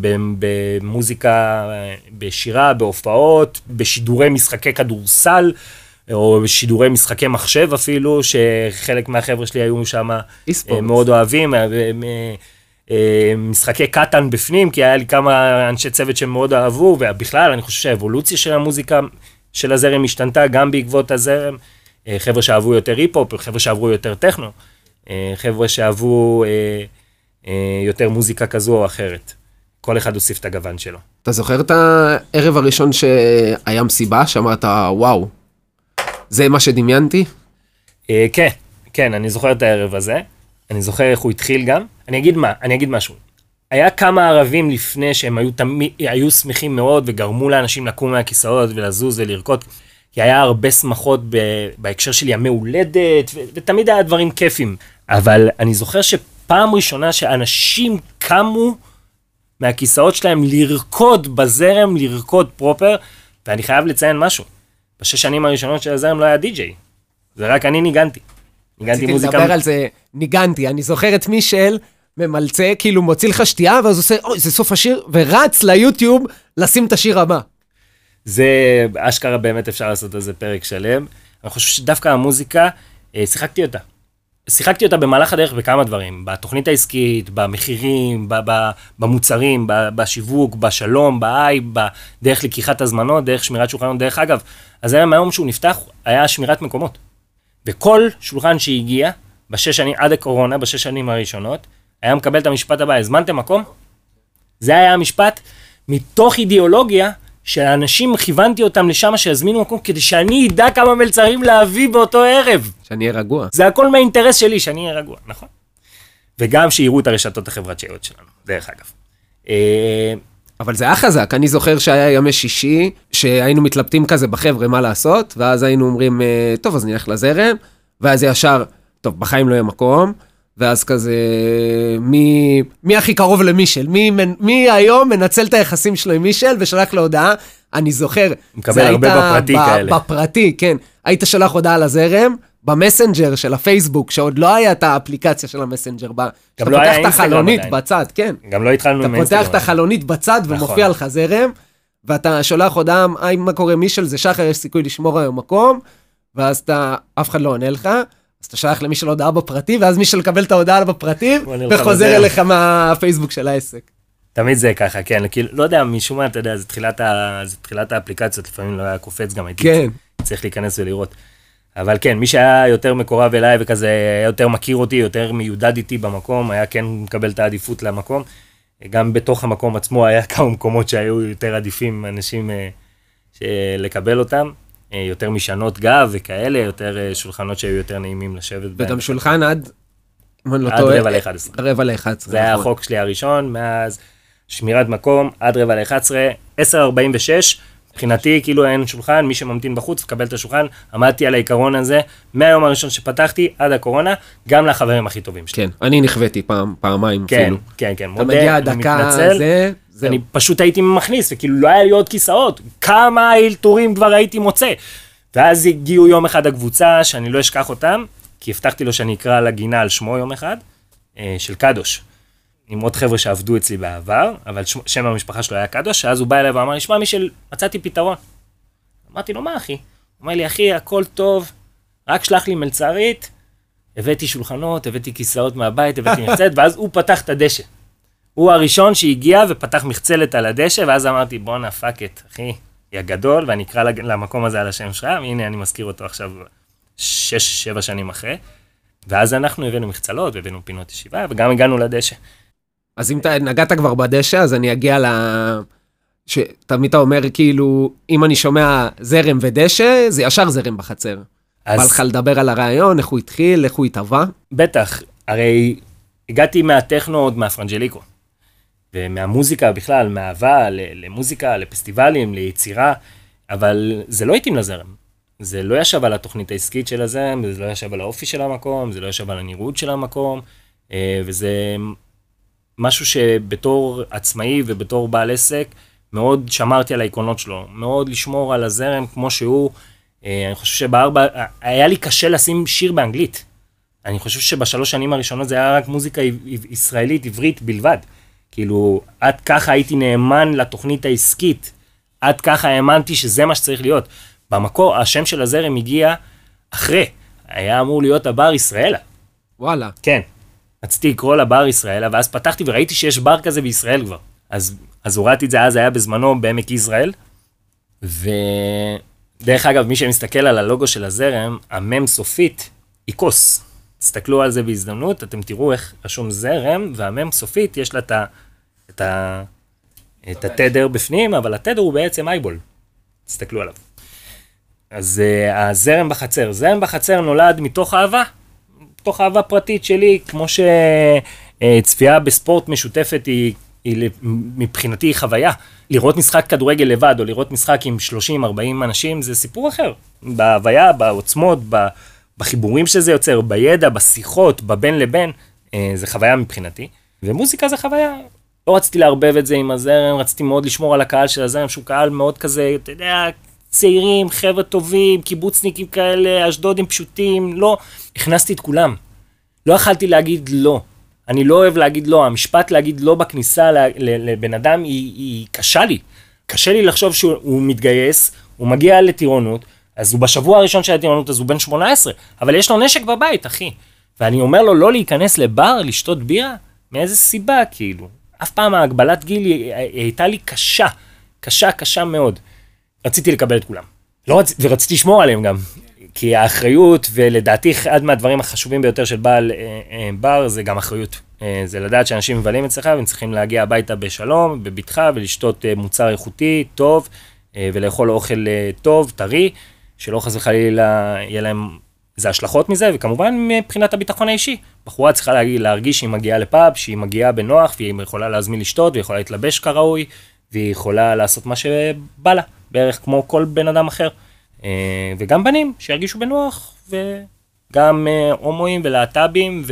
במוזיקה, בשירה, בהופעות, בשידורי משחקי כדורסל, או שידורי משחקי מחשב אפילו, שחלק מהחבר'ה שלי היו שם מאוד אוהבים, משחקי קטן בפנים, כי היה לי כמה אנשי צוות שמאוד אהבו, ובכלל אני חושב שהאבולוציה של המוזיקה של הזרם השתנתה גם בעקבות הזרם, חבר'ה שאהבו יותר היפ-הופ, חבר'ה שאהבו יותר טכנו, חבר'ה שאהבו יותר מוזיקה כזו או אחרת. כל אחד הוסיף את הגוון שלו. אתה זוכר את הערב הראשון שהיה מסיבה, שאמרת, וואו, זה מה שדמיינתי? כן, כן, אני זוכר את הערב הזה. אני זוכר איך הוא התחיל גם. אני אגיד מה, אני אגיד משהו. היה כמה ערבים לפני שהם היו, תמיד, היו שמחים מאוד וגרמו לאנשים לקום מהכיסאות ולזוז ולרקוד, כי היה הרבה שמחות ב, בהקשר של ימי הולדת, ו, ותמיד היה דברים כיפים. אבל אני זוכר שפעם ראשונה שאנשים קמו מהכיסאות שלהם לרקוד בזרם, לרקוד פרופר, ואני חייב לציין משהו. בשש שנים הראשונות של הזרם לא היה די-ג'יי. זה רק אני ניגנתי. ניגנתי מוזיקה... רציתי לדבר על זה, ניגנתי. אני זוכר את מישל ממלצה, כאילו מוציא לך שתייה, ואז עושה, אוי, זה סוף השיר, ורץ ליוטיוב לשים את השיר הבא. זה, אשכרה באמת אפשר לעשות איזה פרק שלם. אני חושב שדווקא המוזיקה, שיחקתי אותה. שיחקתי אותה במהלך הדרך בכמה דברים. בתוכנית העסקית, במחירים, במוצרים, בשיווק, בשלום, באי, בדרך לקיחת הזמנות, דרך שמירת שולחנות. דרך אגב, אז היום מהיום שהוא נפתח, היה שמירת מקומות. וכל שולחן שהגיע, בשש שנים, עד הקורונה, בשש שנים הראשונות, היה מקבל את המשפט הבא, הזמנתם מקום? זה היה המשפט מתוך אידיאולוגיה, שהאנשים כיוונתי אותם לשם שיזמינו מקום, כדי שאני אדע כמה מלצרים להביא באותו ערב. שאני אהיה רגוע. זה הכל מהאינטרס שלי, שאני אהיה רגוע, נכון? וגם שיראו את הרשתות החברתיות שלנו, דרך אגב. אבל זה היה חזק, אני זוכר שהיה ימי שישי, שהיינו מתלבטים כזה בחבר'ה מה לעשות, ואז היינו אומרים, טוב, אז נלך לזרם, ואז ישר, טוב, בחיים לא יהיה מקום, ואז כזה, מי, מי הכי קרוב למישל? מי, מי היום מנצל את היחסים שלו עם מישל ושלח לו הודעה? אני זוכר. מקבל הרבה בפרטי ב, כאלה. בפרטי, כן. היית שלח הודעה לזרם, במסנג'ר של הפייסבוק, שעוד לא היה את האפליקציה של המסנג'ר, שאתה לא פותח את החלונית בצד, כן. גם לא התחלנו עם אינסטגרם. אתה פותח את החלונית בצד ומופיע לך זרם, ואתה שולח הודעה, היי, מה קורה מישל? זה שחר, יש סיכוי לשמור היום מקום, ואז אתה, אף אחד לא עונה לך, אז אתה שלח למישל הודעה בפרטי, ואז מישל לקבל את ההודעה בפרטי, וחוזר אליך מהפייסבוק של העסק. תמיד זה ככה, כן, כאילו, לא יודע, משום מה, אתה יודע, זה תחילת, ה... זה תחילת האפליקציות, לפעמים לא היה קופץ, גם הייתי כן. צריך להיכנס ולראות. אבל כן, מי שהיה יותר מקורב אליי, וכזה, היה יותר מכיר אותי, יותר מיודד איתי במקום, היה כן מקבל את העדיפות למקום. גם בתוך המקום עצמו היה כמה מקומות שהיו יותר עדיפים, אנשים לקבל אותם. יותר משנות גב וכאלה, יותר שולחנות שהיו יותר נעימים לשבת בהם. וגם שולחן עד, עד רבע ל-אחת עשרה. רבע ל-אחת עשרה. זה היה החוק שלי הראשון, מאז שמירת מקום, עד רבע ל-אחת עשרה, עשר ארבעים ושש, מבחינתי כאילו אין שולחן, מי שממתין בחוץ, קבל את השולחן, עמדתי על העיקרון הזה, מהיום הראשון שפתחתי, עד הקורונה, גם לחברים הכי טובים שלי. כן, אני נכוויתי פעם, פעמיים כן, אפילו. כן, כן, אתה מגיע דקה, זה, זה. אני פשוט הייתי מכניס, וכאילו לא היה לי עוד כיסאות, כמה אלתורים כבר הייתי מוצא. ואז הגיעו יום אחד הקבוצה, שאני לא אשכח אותם, כי הבטחתי לו שאני אקרא לגינה על שמו יום אחד, של קדוש. עם עוד חבר'ה שעבדו אצלי בעבר, אבל שם המשפחה שלו היה קדוש, אז הוא בא אליי ואמר לי, שמע מישל, מצאתי פתרון. אמרתי לו, מה אחי? הוא אומר לי, אחי, הכל טוב, רק שלח לי מלצרית, הבאתי שולחנות, הבאתי כיסאות מהבית, הבאתי מחצלת, ואז הוא פתח את הדשא. הוא הראשון שהגיע ופתח מחצלת על הדשא, ואז אמרתי, בוא נפק את, אחי. הגדול, ואני אקרא למקום הזה על השם שלך, והנה אני מזכיר אותו עכשיו שש, שבע שנים אחרי, ואז אנחנו הבאנו מחצלות, והבאנו פינות ישיבה, וגם הגענו לדשא. אז אם אתה נגעת כבר בדשא, אז אני אגיע ל... שתמיד אתה אומר, כאילו, אם אני שומע זרם ודשא, זה ישר זרם בחצר. אז... בא לך לדבר על הרעיון, איך הוא התחיל, איך הוא התהווה? בטח, הרי הגעתי מהטכנו עוד מהפרנג'ליקו. ומהמוזיקה בכלל, מאהבה למוזיקה, לפסטיבלים, ליצירה, אבל זה לא התאים לזרם. זה לא ישב על התוכנית העסקית של הזרם, זה לא ישב על האופי של המקום, זה לא ישב על הנראות של המקום, וזה משהו שבתור עצמאי ובתור בעל עסק, מאוד שמרתי על העקרונות שלו, מאוד לשמור על הזרם כמו שהוא. אני חושב שבארבע, היה לי קשה לשים שיר באנגלית. אני חושב שבשלוש שנים הראשונות זה היה רק מוזיקה ישראלית, עברית בלבד. כאילו, עד ככה הייתי נאמן לתוכנית העסקית, עד ככה האמנתי שזה מה שצריך להיות. במקור, השם של הזרם הגיע אחרי, היה אמור להיות הבר ישראלה. וואלה. כן. רציתי לקרוא לבר ישראלה, ואז פתחתי וראיתי שיש בר כזה בישראל כבר. אז, אז הורדתי את זה, אז היה בזמנו בעמק יזרעאל, ודרך אגב, מי שמסתכל על הלוגו של הזרם, המם סופית היא כוס. תסתכלו על זה בהזדמנות, אתם תראו איך רשום זרם, והמם סופית יש לה את, ה, את, ה, את התדר בפנים, אבל התדר הוא בעצם אייבול. תסתכלו עליו. אז uh, הזרם בחצר, זרם בחצר נולד מתוך אהבה, מתוך אהבה פרטית שלי, כמו שצפייה בספורט משותפת היא, היא מבחינתי היא חוויה. לראות משחק כדורגל לבד, או לראות משחק עם שלושים ארבעים אנשים, זה סיפור אחר. בהוויה, בעוצמות, בחיבורים שזה יוצר, בידע, בשיחות, בבין לבין, זה חוויה מבחינתי. ומוזיקה זה חוויה. לא רציתי להרבב את זה עם הזרם, רציתי מאוד לשמור על הקהל של הזרם, שהוא קהל מאוד כזה, אתה יודע, צעירים, חבר'ה טובים, קיבוצניקים כאלה, אשדודים פשוטים, לא. הכנסתי את כולם. לא יכלתי להגיד לא. אני לא אוהב להגיד לא. המשפט להגיד לא בכניסה לבן אדם היא, היא קשה לי. קשה לי לחשוב שהוא מתגייס, הוא מגיע לטירונות, אז הוא בשבוע הראשון של הטירונות, אז הוא בן שמונה עשרה, אבל יש לו נשק בבית, אחי. ואני אומר לו לא להיכנס לבר, לשתות בירה, מאיזה סיבה, כאילו. אף פעם ההגבלת גיל היא, היא הייתה לי קשה, קשה, קשה מאוד. רציתי לקבל את כולם. לא רצ... ורציתי לשמור עליהם גם. כי האחריות, ולדעתי אחד מהדברים החשובים ביותר של בעל אה, אה, בר, זה גם אחריות. אה, זה לדעת שאנשים מבלים אצלך, והם צריכים להגיע הביתה בשלום, בביטחה, ולשתות אה, מוצר איכותי, טוב, אה, ולאכול אוכל אה, טוב, טרי, שלא חס וחלילה יהיה להם איזה השלכות מזה, וכמובן מבחינת הביטחון האישי. בחורה צריכה להגיע, להרגיש שהיא מגיעה לפאב, שהיא מגיעה בנוח, והיא יכולה להזמין לשתות, והיא יכולה להתלבש כראוי, והיא יכולה לעשות מה שבא לה, בערך כמו כל בן אדם אחר. וגם בנים שירגישו בנוח, וגם הומואים ולהט"בים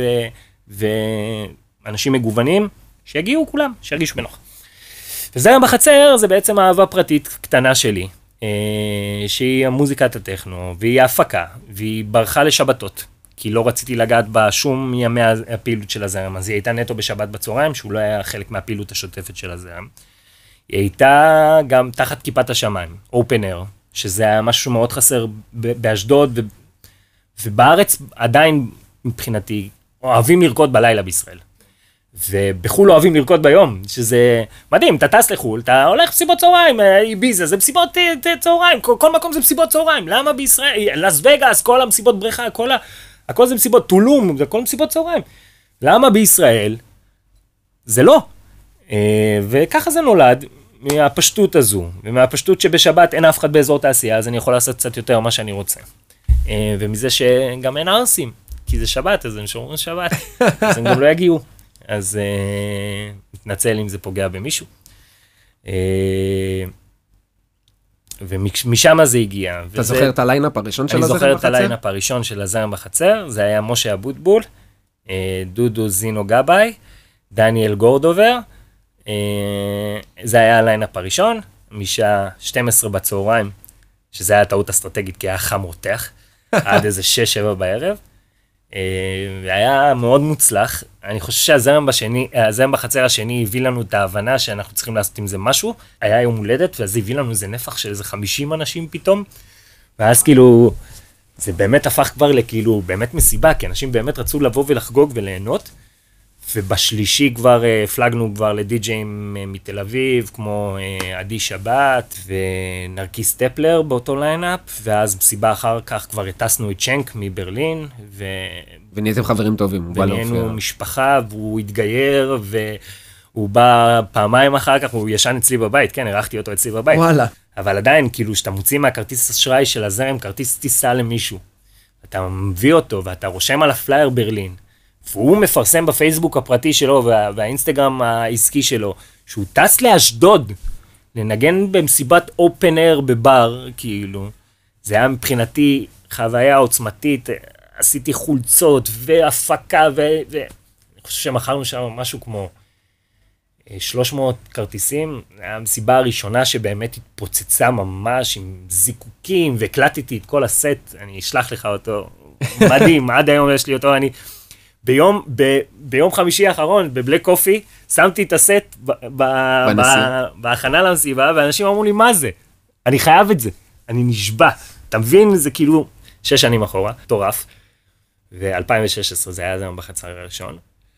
ואנשים מגוונים, שיגיעו כולם, שירגישו בנוח. וזרם בחצר זה בעצם אהבה פרטית קטנה שלי, שהיא המוזיקת הטכנו, והיא ההפקה, והיא ברחה לשבתות, כי לא רציתי לגעת בה שום ימי הפעילות של הזרם, אז היא הייתה נטו בשבת בצהריים, שהוא לא היה חלק מהפעילות השוטפת של הזרם. היא הייתה גם תחת כיפת השמיים, open air, שזה היה משהו מאוד חסר באשדוד, ו... ובארץ עדיין מבחינתי אוהבים לרקוד בלילה בישראל. ובחול אוהבים לרקוד ביום, שזה מדהים, אתה טס לחול, אתה הולך מסיבות צהריים, ביזה, זה מסיבות צהריים, כל, כל מקום זה מסיבות צהריים, למה בישראל, לס וגאס, כל המסיבות בריכה, כל ה... הכל זה מסיבות, טולום, זה כל מסיבות צהריים. למה בישראל? זה לא. וככה זה נולד, מהפשטות הזו, ומהפשטות שבשבת אין אף אחד באזור תעשייה, אז אני יכול לעשות קצת יותר מה שאני רוצה. ומזה שגם אין ארסים, כי זה שבת, אז הם שומרים שבת, אז הם גם לא יגיעו. אז מתנצל אם זה פוגע במישהו. ומשם זה הגיע. אתה זוכר את הליינאפ הראשון של הזרם בחצר? אני זוכר את הליינאפ הראשון של הזרם בחצר, זה היה משה אבוטבול, דודו זינו גבאי, דניאל גורדובר, זה היה הליינאפ הראשון, משעה שתים עשרה בצהריים, שזה היה טעות אסטרטגית, כי היה חם רותח, עד איזה שש שבע בערב, והיה מאוד מוצלח. אני חושב שהזרם בשני, הזרם בחצר השני הביא לנו את ההבנה שאנחנו צריכים לעשות עם זה משהו, היה יום הולדת, ואז הביא לנו איזה נפח של איזה חמישים אנשים פתאום, ואז כאילו, זה באמת הפך כבר לכאילו, באמת מסיבה, כי אנשים באמת רצו לבוא ולחגוג וליהנות, ובשלישי כבר פלגנו כבר לדי-ג'יים מתל אביב, כמו עדי שבת ונרקיס סטפלר באותו ליינאפ, ואז מסיבה אחר כך כבר הטסנו את צ'נק מברלין, ו... ונהייתם חברים טובים, הוא בא להופיע. ונהיינו משפחה, והוא התגייר, והוא בא פעמיים אחר כך, הוא ישן אצלי בבית, כן, ערכתי אותו אצלי בבית. וואלה. אבל עדיין, כאילו, שאתה מוציא מהכרטיס אשראי של הזרם, כרטיס טיסה למישהו, אתה מביא אותו, ואתה רושם על הפלייר ברלין, והוא מפרסם בפייסבוק הפרטי שלו, וה, והאינסטגרם העסקי שלו, שהוא טס לאשדוד, לנגן במסיבת אופן אייר בבר, כאילו, זה היה מבחינתי חוויה עוצמתית, עשיתי חולצות והפקה, ו... ו... אני חושב שמכרנו שם משהו כמו שלוש מאות כרטיסים, המסיבה הראשונה שבאמת התפוצצה ממש עם זיקוקים, והקלטתי את כל הסט, אני אשלח לך אותו, מדהים, עד היום יש לי אותו, אני... ביום, ב, ביום חמישי האחרון, בבלק קופי, שמתי את הסט ב, ב, ב, בהכנה למסיבה, ואנשים אמרו לי, מה זה? אני חייב את זה, אני נשבע. אתה מבין? זה כאילו שש שנים אחורה, טורף, ו-אלפיים ושש עשרה זה היה זרם בחצר הראשון.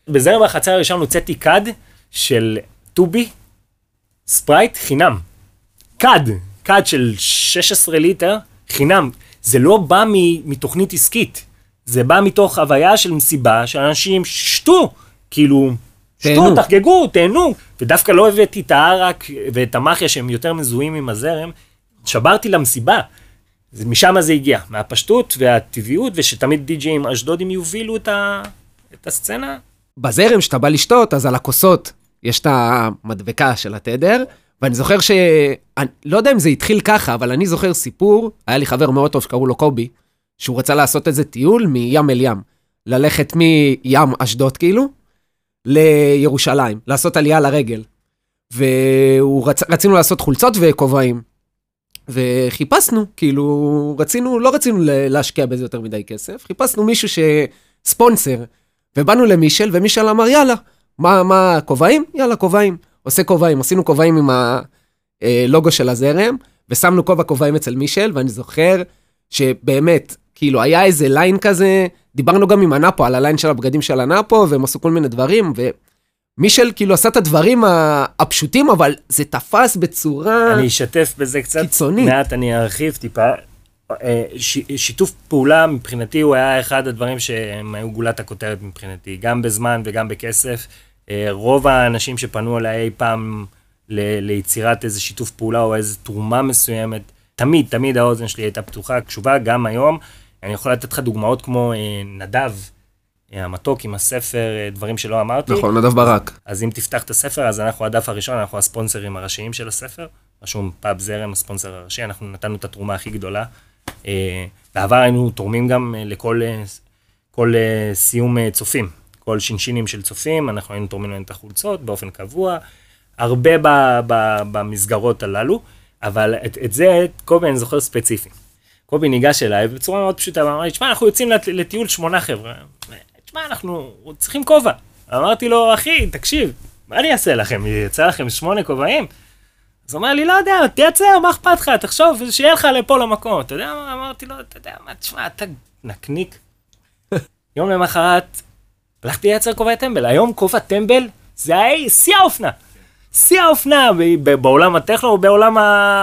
בזרם החצר הראשון הוצאתי קאד של טובי, ספרייט, חינם. קאד, קאד של שש עשרה ליטר, חינם. זה לא בא מתוכנית עסקית, זה בא מתוך הוויה של מסיבה, שאנשים שתו, כאילו, שתו, תחגגו, תהנו, ודווקא לא הבאתי את הערק ואת המחיה שהם יותר מזוהים עם הזרם, שברתי למסיבה. משם זה הגיע, מהפשטות והטבעיות, ושתמיד די-ג'ים אשדודים יובילו את, ה... את הסצנה. בזרם שאתה בא לשתות, אז על הכוסות יש את המדבקה של התדר, ואני זוכר ש... אני לא יודע אם זה התחיל ככה, אבל אני זוכר סיפור, היה לי חבר מאוד טוב שקראו לו קובי, שהוא רצה לעשות איזה טיול מים אל ים, ללכת מים אשדוד כאילו, לירושלים, לעשות עלייה לרגל. ורצינו לעשות חולצות וכובעים. וחיפשנו, כאילו, רצינו, לא רצינו להשקיע בזה יותר מדי כסף, חיפשנו מישהו שספונסר, ובאנו למישל, ומישל אמר, יאללה, מה, מה, כובעים? יאללה, כובעים. עושה כובעים, עשינו כובעים עם הלוגו של הזרם, ושמנו כובע כובעים אצל מישל, ואני זוכר שבאמת, כאילו, היה איזה ליין כזה, דיברנו גם עם הנאפו, על הליין של הבגדים של הנאפו, והם עשו כל מיני דברים, ומישל כאילו עשה את הדברים הפשוטים, אבל זה תפס בצורה אני אשתף בזה קצת, קיצונית. מעט אני ארחיב טיפה, ש, שיתוף פעולה מבחינתי הוא היה אחד הדברים שהם היו גולת הכותרת מבחינתי, גם בזמן וגם בכסף. רוב האנשים שפנו עליי אי פעם ל, ליצירת איזה שיתוף פעולה או איזו תרומה מסוימת, תמיד, תמיד האוזן שלי הייתה פתוחה, קשובה, גם היום. אני יכול לתת לך דוגמאות כמו נדב, המתוק עם הספר, דברים שלא אמרתי. נכון, נדב ברק. אז אם תפתח את הספר, אז אנחנו הדף הראשון, אנחנו הספונסרים הראשיים של הספר, רשום פאב זרם, הספונסר הראשי, אנחנו נתנו את התרומה הכי גדולה. בעבר היינו תורמים גם לכל כל סיום צופים, כל שינשינים של צופים, אנחנו היינו תורמים להם את החולצות באופן קבוע, הרבה ב, ב, במסגרות הללו, אבל את, את זה, קובי, אני זוכר ספציפי. קובי ניגש אליי, בצורה מאוד פשוטה, ואמר לי, תשמע, אנחנו יוצאים לט, לטיול שמונה חבר'ה, תשמע, אנחנו צריכים כובע. אמרתי לו, אחי, תקשיב, מה אני אעשה לכם? יצא לכם שמונה כובעים? אז הוא אומר לי, לא יודע, תייצר, מה אכפת לך? תחשוב, שיהיה לך לפה למקום. אתה יודע מה? אמרתי לו, אתה יודע מה, תשמע, אתה נקניק. יום למחרת, הלכתי לייצר כובע טמבל. היום כובע טמבל, זה היה שיא האופנה. שיא האופנה בעולם הטכנו, או בעולם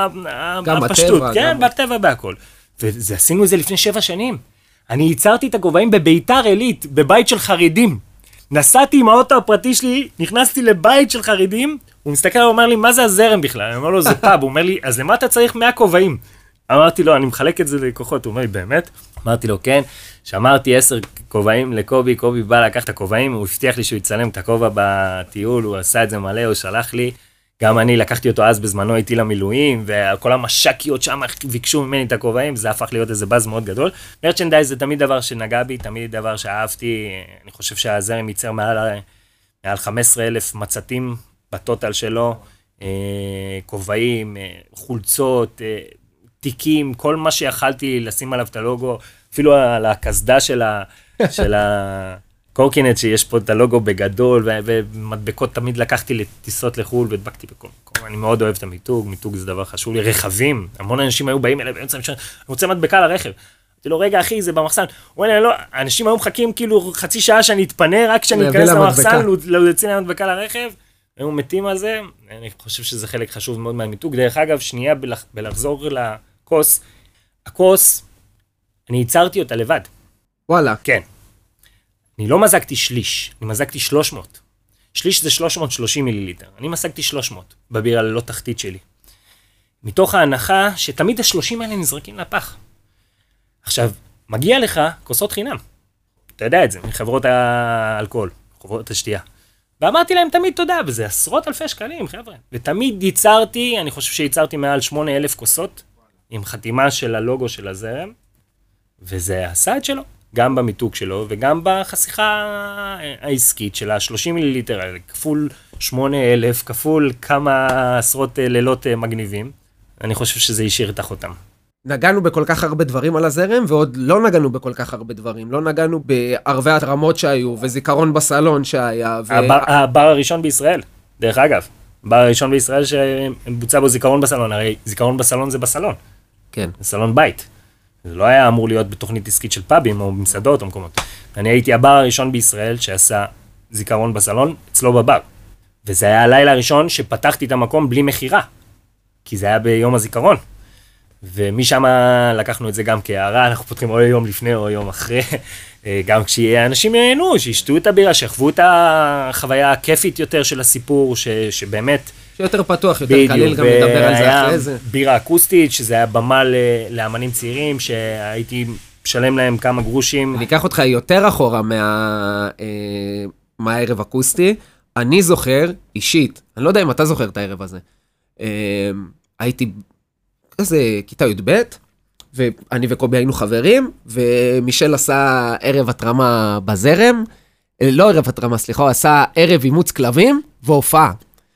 הפשטות. כן, בטבע בהכל. וזה עשינו את זה לפני שבע שנים. אני ייצרתי את הכובעים בביתר עילית, בבית של חרדים. נסעתי עם האוטו הפרטי שלי, נכנסתי לבית של חרדים, הוא מסתכל, הוא אומר לי, מה זה הזרם בכלל? אני אומר לו, זה פאב. הוא אומר לי, אז למה אתה צריך מאה כובעים? אמרתי לו, אני מחלק את זה לכוחות. הוא אומר לי, באמת? אמרתי לו, כן. שמרתי עשר כובעים לקובי, קובי בא לקח את הכובעים, הוא הבטיח לי שהוא יצלם את הכובע בטיול, הוא עשה את זה מלא, הוא שלח לי. גם אני לקחתי אותו אז בזמנו איתי למילואים, וכל המשקיות שם ביקשו ממני את הכובעים, זה הפך להיות איזה בז מאוד גדול. מרצ'נדייז זה תמיד דבר שנגע בי, תמיד דבר שאהבתי, אני חושב שהזרם ייצר מעל, מעל חמישה עשר אלף מצתים בטוטל שלו, כובעים, חולצות, תיקים, כל מה שיכלתי לשים עליו את הלוגו, אפילו על הכסדה של ה... של ה... קורקינט שיש פה את הלוגו בגדול, ומדבקות תמיד לקחתי לטיסות לחול, והדבקתי בכל מקום. אני מאוד אוהב את המיתוג, מיתוג זה דבר חשוב לי. רכבים, המון אנשים היו באים אליי באמצע, אני רוצה מדבקה לרכב. אמרתי לו, רגע אחי, זה במחסן. הוא אומר, לא, אנשים היו מחכים כאילו חצי שעה שאני אתפנה, רק כשאני אכנס למחסן, להוציא להם מדבקה לרכב. היו מתים על זה, אני חושב שזה חלק חשוב מאוד מהמיתוג. דרך אגב, שנייה בלחזור לכוס, הכוס, אני ייצרתי אותה לבד. וואלה. כן. אני לא מזגתי שליש, אני מזגתי שלוש מאות. שליש זה שלוש מאות ושלושים מיליליטר. אני מזגתי שלוש מאות בבירה ללא תחתית שלי. מתוך ההנחה שתמיד ה-שלושים האלה נזרקים לפח. עכשיו, מגיע לך כוסות חינם. אתה יודע את זה, מחברות האלכוהול, חברות השתייה. ואמרתי להם תמיד תודה, וזה עשרות אלפי שקלים, חבר'ה. ותמיד ייצרתי, אני חושב שייצרתי מעל שמונה אלף כוסות, עם חתימה של הלוגו של הזרם, וזה עשה את שלו. גם במיתוג שלו, וגם בחשיכה העסקית של ה-שלושים מיליליטר האלה, כפול שמונה אלף, כפול כמה עשרות לילות מגניבים. אני חושב שזה ישאיר את החותם. נגענו בכל כך הרבה דברים על הזרם, ועוד לא נגענו בכל כך הרבה דברים. לא נגענו בערבי הרמות שהיו, וזיכרון בסלון שהיה. ו... הבר, הבר הראשון בישראל, דרך אגב. הבר הראשון בישראל שבוצע בו זיכרון בסלון. הרי זיכרון בסלון זה בסלון. כן. זה סלון בית. זה לא היה אמור להיות בתוכנית עסקית של פאבים או במסעדות או מקומות. אני הייתי הבר הראשון בישראל שעשה זיכרון בסלון, אצלו בבר. וזה היה הלילה הראשון שפתחתי את המקום בלי מחירה, כי זה היה ביום הזיכרון. ומשם לקחנו את זה גם כהערה, אנחנו פותחים או יום לפני או יום אחרי, גם כשאנשים ייהנו, שישתו את הבירה, שיחוו את החוויה הכיפית יותר של הסיפור, ש, שבאמת... שיותר פתוח, יותר בדיוק, קליל גם לדבר על זה אחרי זה. בירה אקוסטית, שזה היה במה לאמנים צעירים, שהייתי משלם להם כמה גרושים. אני אקח אותך יותר אחורה מה, מהערב אקוסטי. אני זוכר, אישית, אני לא יודע אם אתה זוכר את הערב הזה, הייתי כזה כיתה י' ב', ואני וקובי היינו חברים, ומישל עשה ערב התרמה בזרם, לא ערב התרמה, סליחה, הוא עשה ערב אימוץ כלבים והופעה.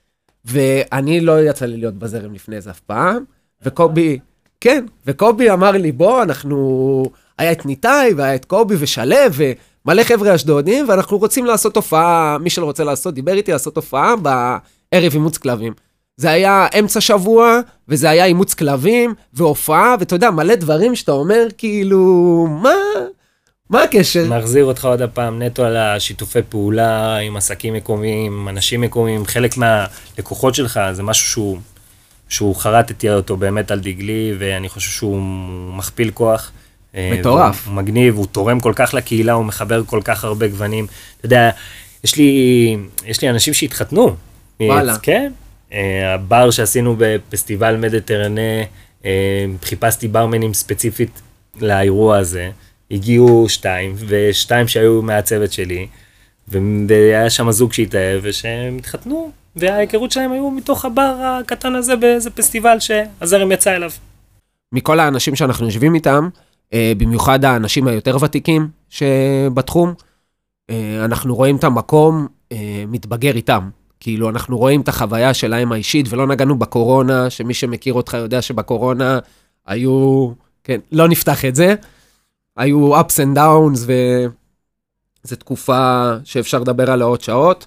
ואני לא יצא לי להיות בזרם לפני זה אף פעם, וקובי, כן, וקובי אמר לי, בוא, אנחנו, היה את ניטאי, והיה את קובי ושלב, ומלא חבר'ה אשדודים, ואנחנו רוצים לעשות הופעה, מישל רוצה לעשות, דיבר איתי לעשות הופעה בערב אימוץ כלבים. זה היה אמצע שבוע, וזה היה אימוץ כלבים, והופעה, ואתה יודע, מלא דברים שאתה אומר, כאילו, מה, מה הקשר? מחזיר אותך עוד הפעם נטו על השיתופי פעולה, עם עסקים מקומיים, אנשים מקומיים, חלק מהלקוחות שלך, זה משהו שהוא, שהוא חרטתי אותו באמת על דגלי, ואני חושב שהוא מכפיל כוח. מטורף. הוא מגניב, הוא תורם כל כך לקהילה, הוא מחבר כל כך הרבה גוונים. אתה יודע, יש לי, יש לי אנשים שהתחתנו. וואלה. כן. הבר שעשינו בפסטיבל מדטרנה, חיפשתי ברמנים ספציפית לאירוע הזה, הגיעו שתיים, ושתיים שהיו מהצוות שלי, והיה שם זוג שהתאהב, ושהם התחתנו, וההיכרות שלהם היו מתוך הבר הקטן הזה, באיזה פסטיבל שהזרם יצא אליו. מכל האנשים שאנחנו יושבים איתם, במיוחד האנשים היותר ותיקים שבתחום, אנחנו רואים את המקום מתבגר איתם. כאילו, אנחנו רואים את החוויה שלהם האישית, ולא נגענו בקורונה, שמי שמכיר אותך יודע שבקורונה היו, כן, לא נפתח את זה, היו ups and downs, וזו תקופה שאפשר לדבר עליה עוד שעות.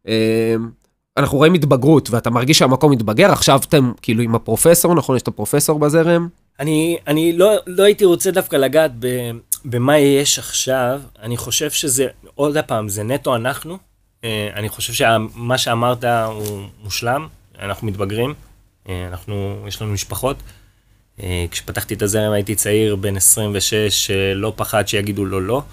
אנחנו רואים התבגרות, ואתה מרגיש שהמקום מתבגר, עכשיו אתם כאילו עם הפרופסור, נכון? יש את הפרופסור בזרם? אני, אני לא, לא הייתי רוצה דווקא לגעת ב, במה יש עכשיו, אני חושב שזה, עוד הפעם, זה נטו אנחנו, אני חושב שמה שאמרת הוא מושלם, אנחנו מתבגרים, אנחנו, יש לנו משפחות. כשפתחתי את הזרם הייתי צעיר בן עשרים ושש, לא פחד שיגידו לו לא.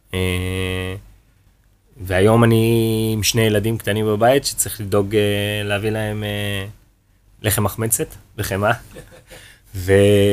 והיום אני עם שני ילדים קטנים בבית, שצריך לדאוג להביא להם לחם מחמצת וחמה. ו...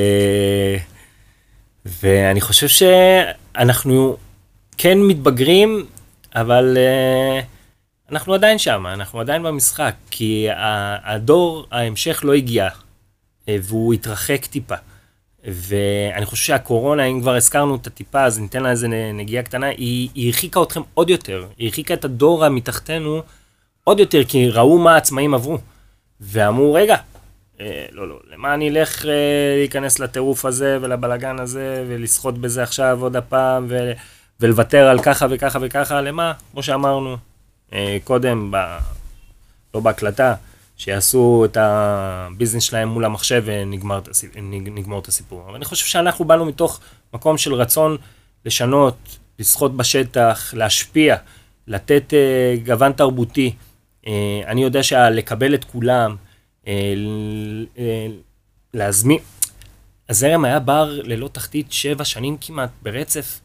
ואני חושב שאנחנו כן מתבגרים, אבל... אנחנו עדיין שם, אנחנו עדיין במשחק, כי הדור ההמשך לא הגיע, והוא התרחק טיפה. ואני חושב שהקורונה, אם כבר הזכרנו את הטיפה, אז ניתן לה איזה נגיעה קטנה, היא, היא הרחיקה אתכם עוד יותר, היא הרחיקה את הדור המתחתנו עוד יותר, כי ראו מה העצמאים עברו. ואמרו, רגע, אה, לא, לא, למה אני אלך אה, להיכנס לטירוף הזה ולבלגן הזה, ולשחות בזה עכשיו עוד הפעם, ו, ולוותר על ככה וככה וככה, למה? כמו שאמרנו, קודם, ב... לא בהקלטה, שיעשו את הביזנס שלהם מול המחשב ונגמר את הסיפור, נגמור את הסיפור. אבל אני חושב שאנחנו באנו מתוך מקום של רצון לשנות, לשחות בשטח, להשפיע, לתת uh, גוון תרבותי. Uh, אני יודע שלקבל את כולם, uh, uh, להזמין... הזרם היה בר ללא תחתית שבע שנים כמעט ברצף,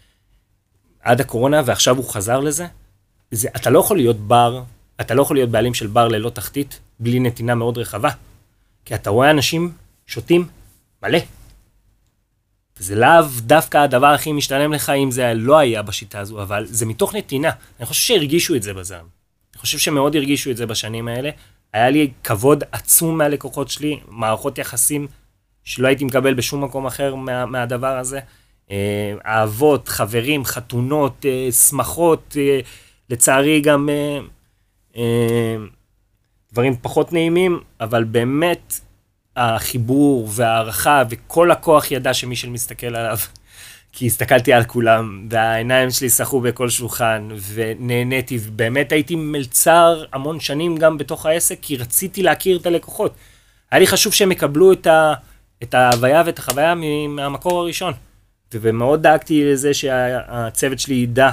עד הקורונה, ועכשיו הוא חזר לזה. זה, אתה לא יכול להיות בר, אתה לא יכול להיות בעלים של בר ללא תחתית, בלי נתינה מאוד רחבה. כי אתה רואה אנשים שותים מלא. זה לאו דווקא הדבר הכי משתלם לך אם זה לא היה בשיטה הזו, אבל זה מתוך נתינה. אני חושב שהרגישו את זה בזרם. אני חושב שמאוד הרגישו את זה בשנים האלה. היה לי כבוד עצום מהלקוחות שלי, מערכות יחסים שלא הייתי מקבל בשום מקום אחר מה, מהדבר הזה. אהבות, חברים, חתונות, שמחות, לצערי גם אה, אה, דברים פחות נעימים, אבל באמת החיבור והערכה וכל הכוח ידע שמישל מסתכל עליו, כי הסתכלתי על כולם, והעיניים שלי שחו בכל שולחן, ונהניתי, ובאמת הייתי מלצר המון שנים גם בתוך העסק, כי רציתי להכיר את הלקוחות. היה לי חשוב שהם יקבלו את, ה, את ההוויה ואת החוויה מהמקור הראשון, ומאוד דאגתי לזה שהצוות שלי ידע,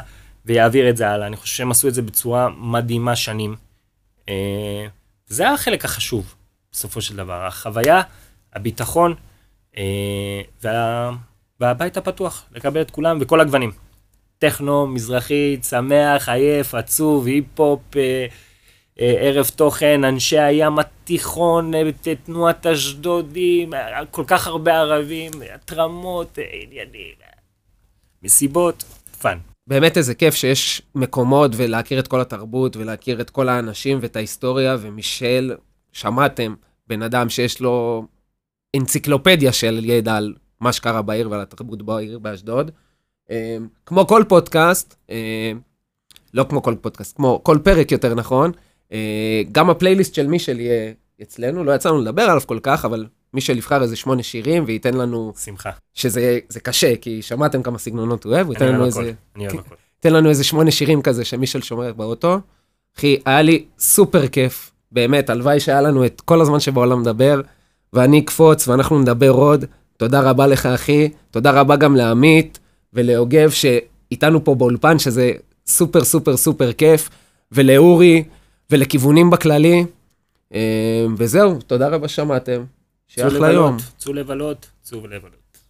ויעביר את זה הלאה. אני חושב שהם עשו את זה בצורה מדהימה שנים. זה היה החלק החשוב, בסופו של דבר. החוויה, הביטחון, וה... והבית הפתוח, לקבל את כולם וכל הגוונים. טכנו, מזרחי, שמח, עייף, עצוב, היפ-הופ, ערב תוכן, אנשי הים התיכון, תנועת אשדודים, כל כך הרבה ערבים, התרמות, עניינים, מסיבות, פן. באמת איזה כיף שיש מקומות ולהכיר את כל התרבות ולהכיר את כל האנשים ואת ההיסטוריה, ומישל, שמעתם, בן אדם שיש לו אנציקלופדיה של ידע על מה שקרה בעיר ועל התרבות בעיר באשדוד. כמו כל פודקאסט, לא כמו כל פודקאסט, כמו כל פרק יותר נכון, גם הפלייליסט של מישל יהיה אצלנו, לא יצאנו לדבר עליו כל כך, אבל מישל יבחר איזה שמונה שירים וייתן לנו... שמחה. שזה זה קשה, כי שמעתם כמה סגנונות הוא אוהב, הוא ייתן לנו איזה... אני אוהב הכל. ייתן לנו איזה שמונה שירים כזה שמישל שומר באוטו. אחי, היה לי סופר כיף, באמת, הלוואי שהיה לנו את כל הזמן שבעולם מדבר, ואני אקפוץ ואנחנו נדבר עוד. תודה רבה לך, אחי. תודה רבה גם לעמית ולאוגב שאיתנו פה באולפן, שזה סופר סופר סופר כיף, ולאורי ולכיוונים בכללי. וזהו, תודה רבה שמעתם. שיהיה אחלה יום. צאו לבלות, צאו לבלות.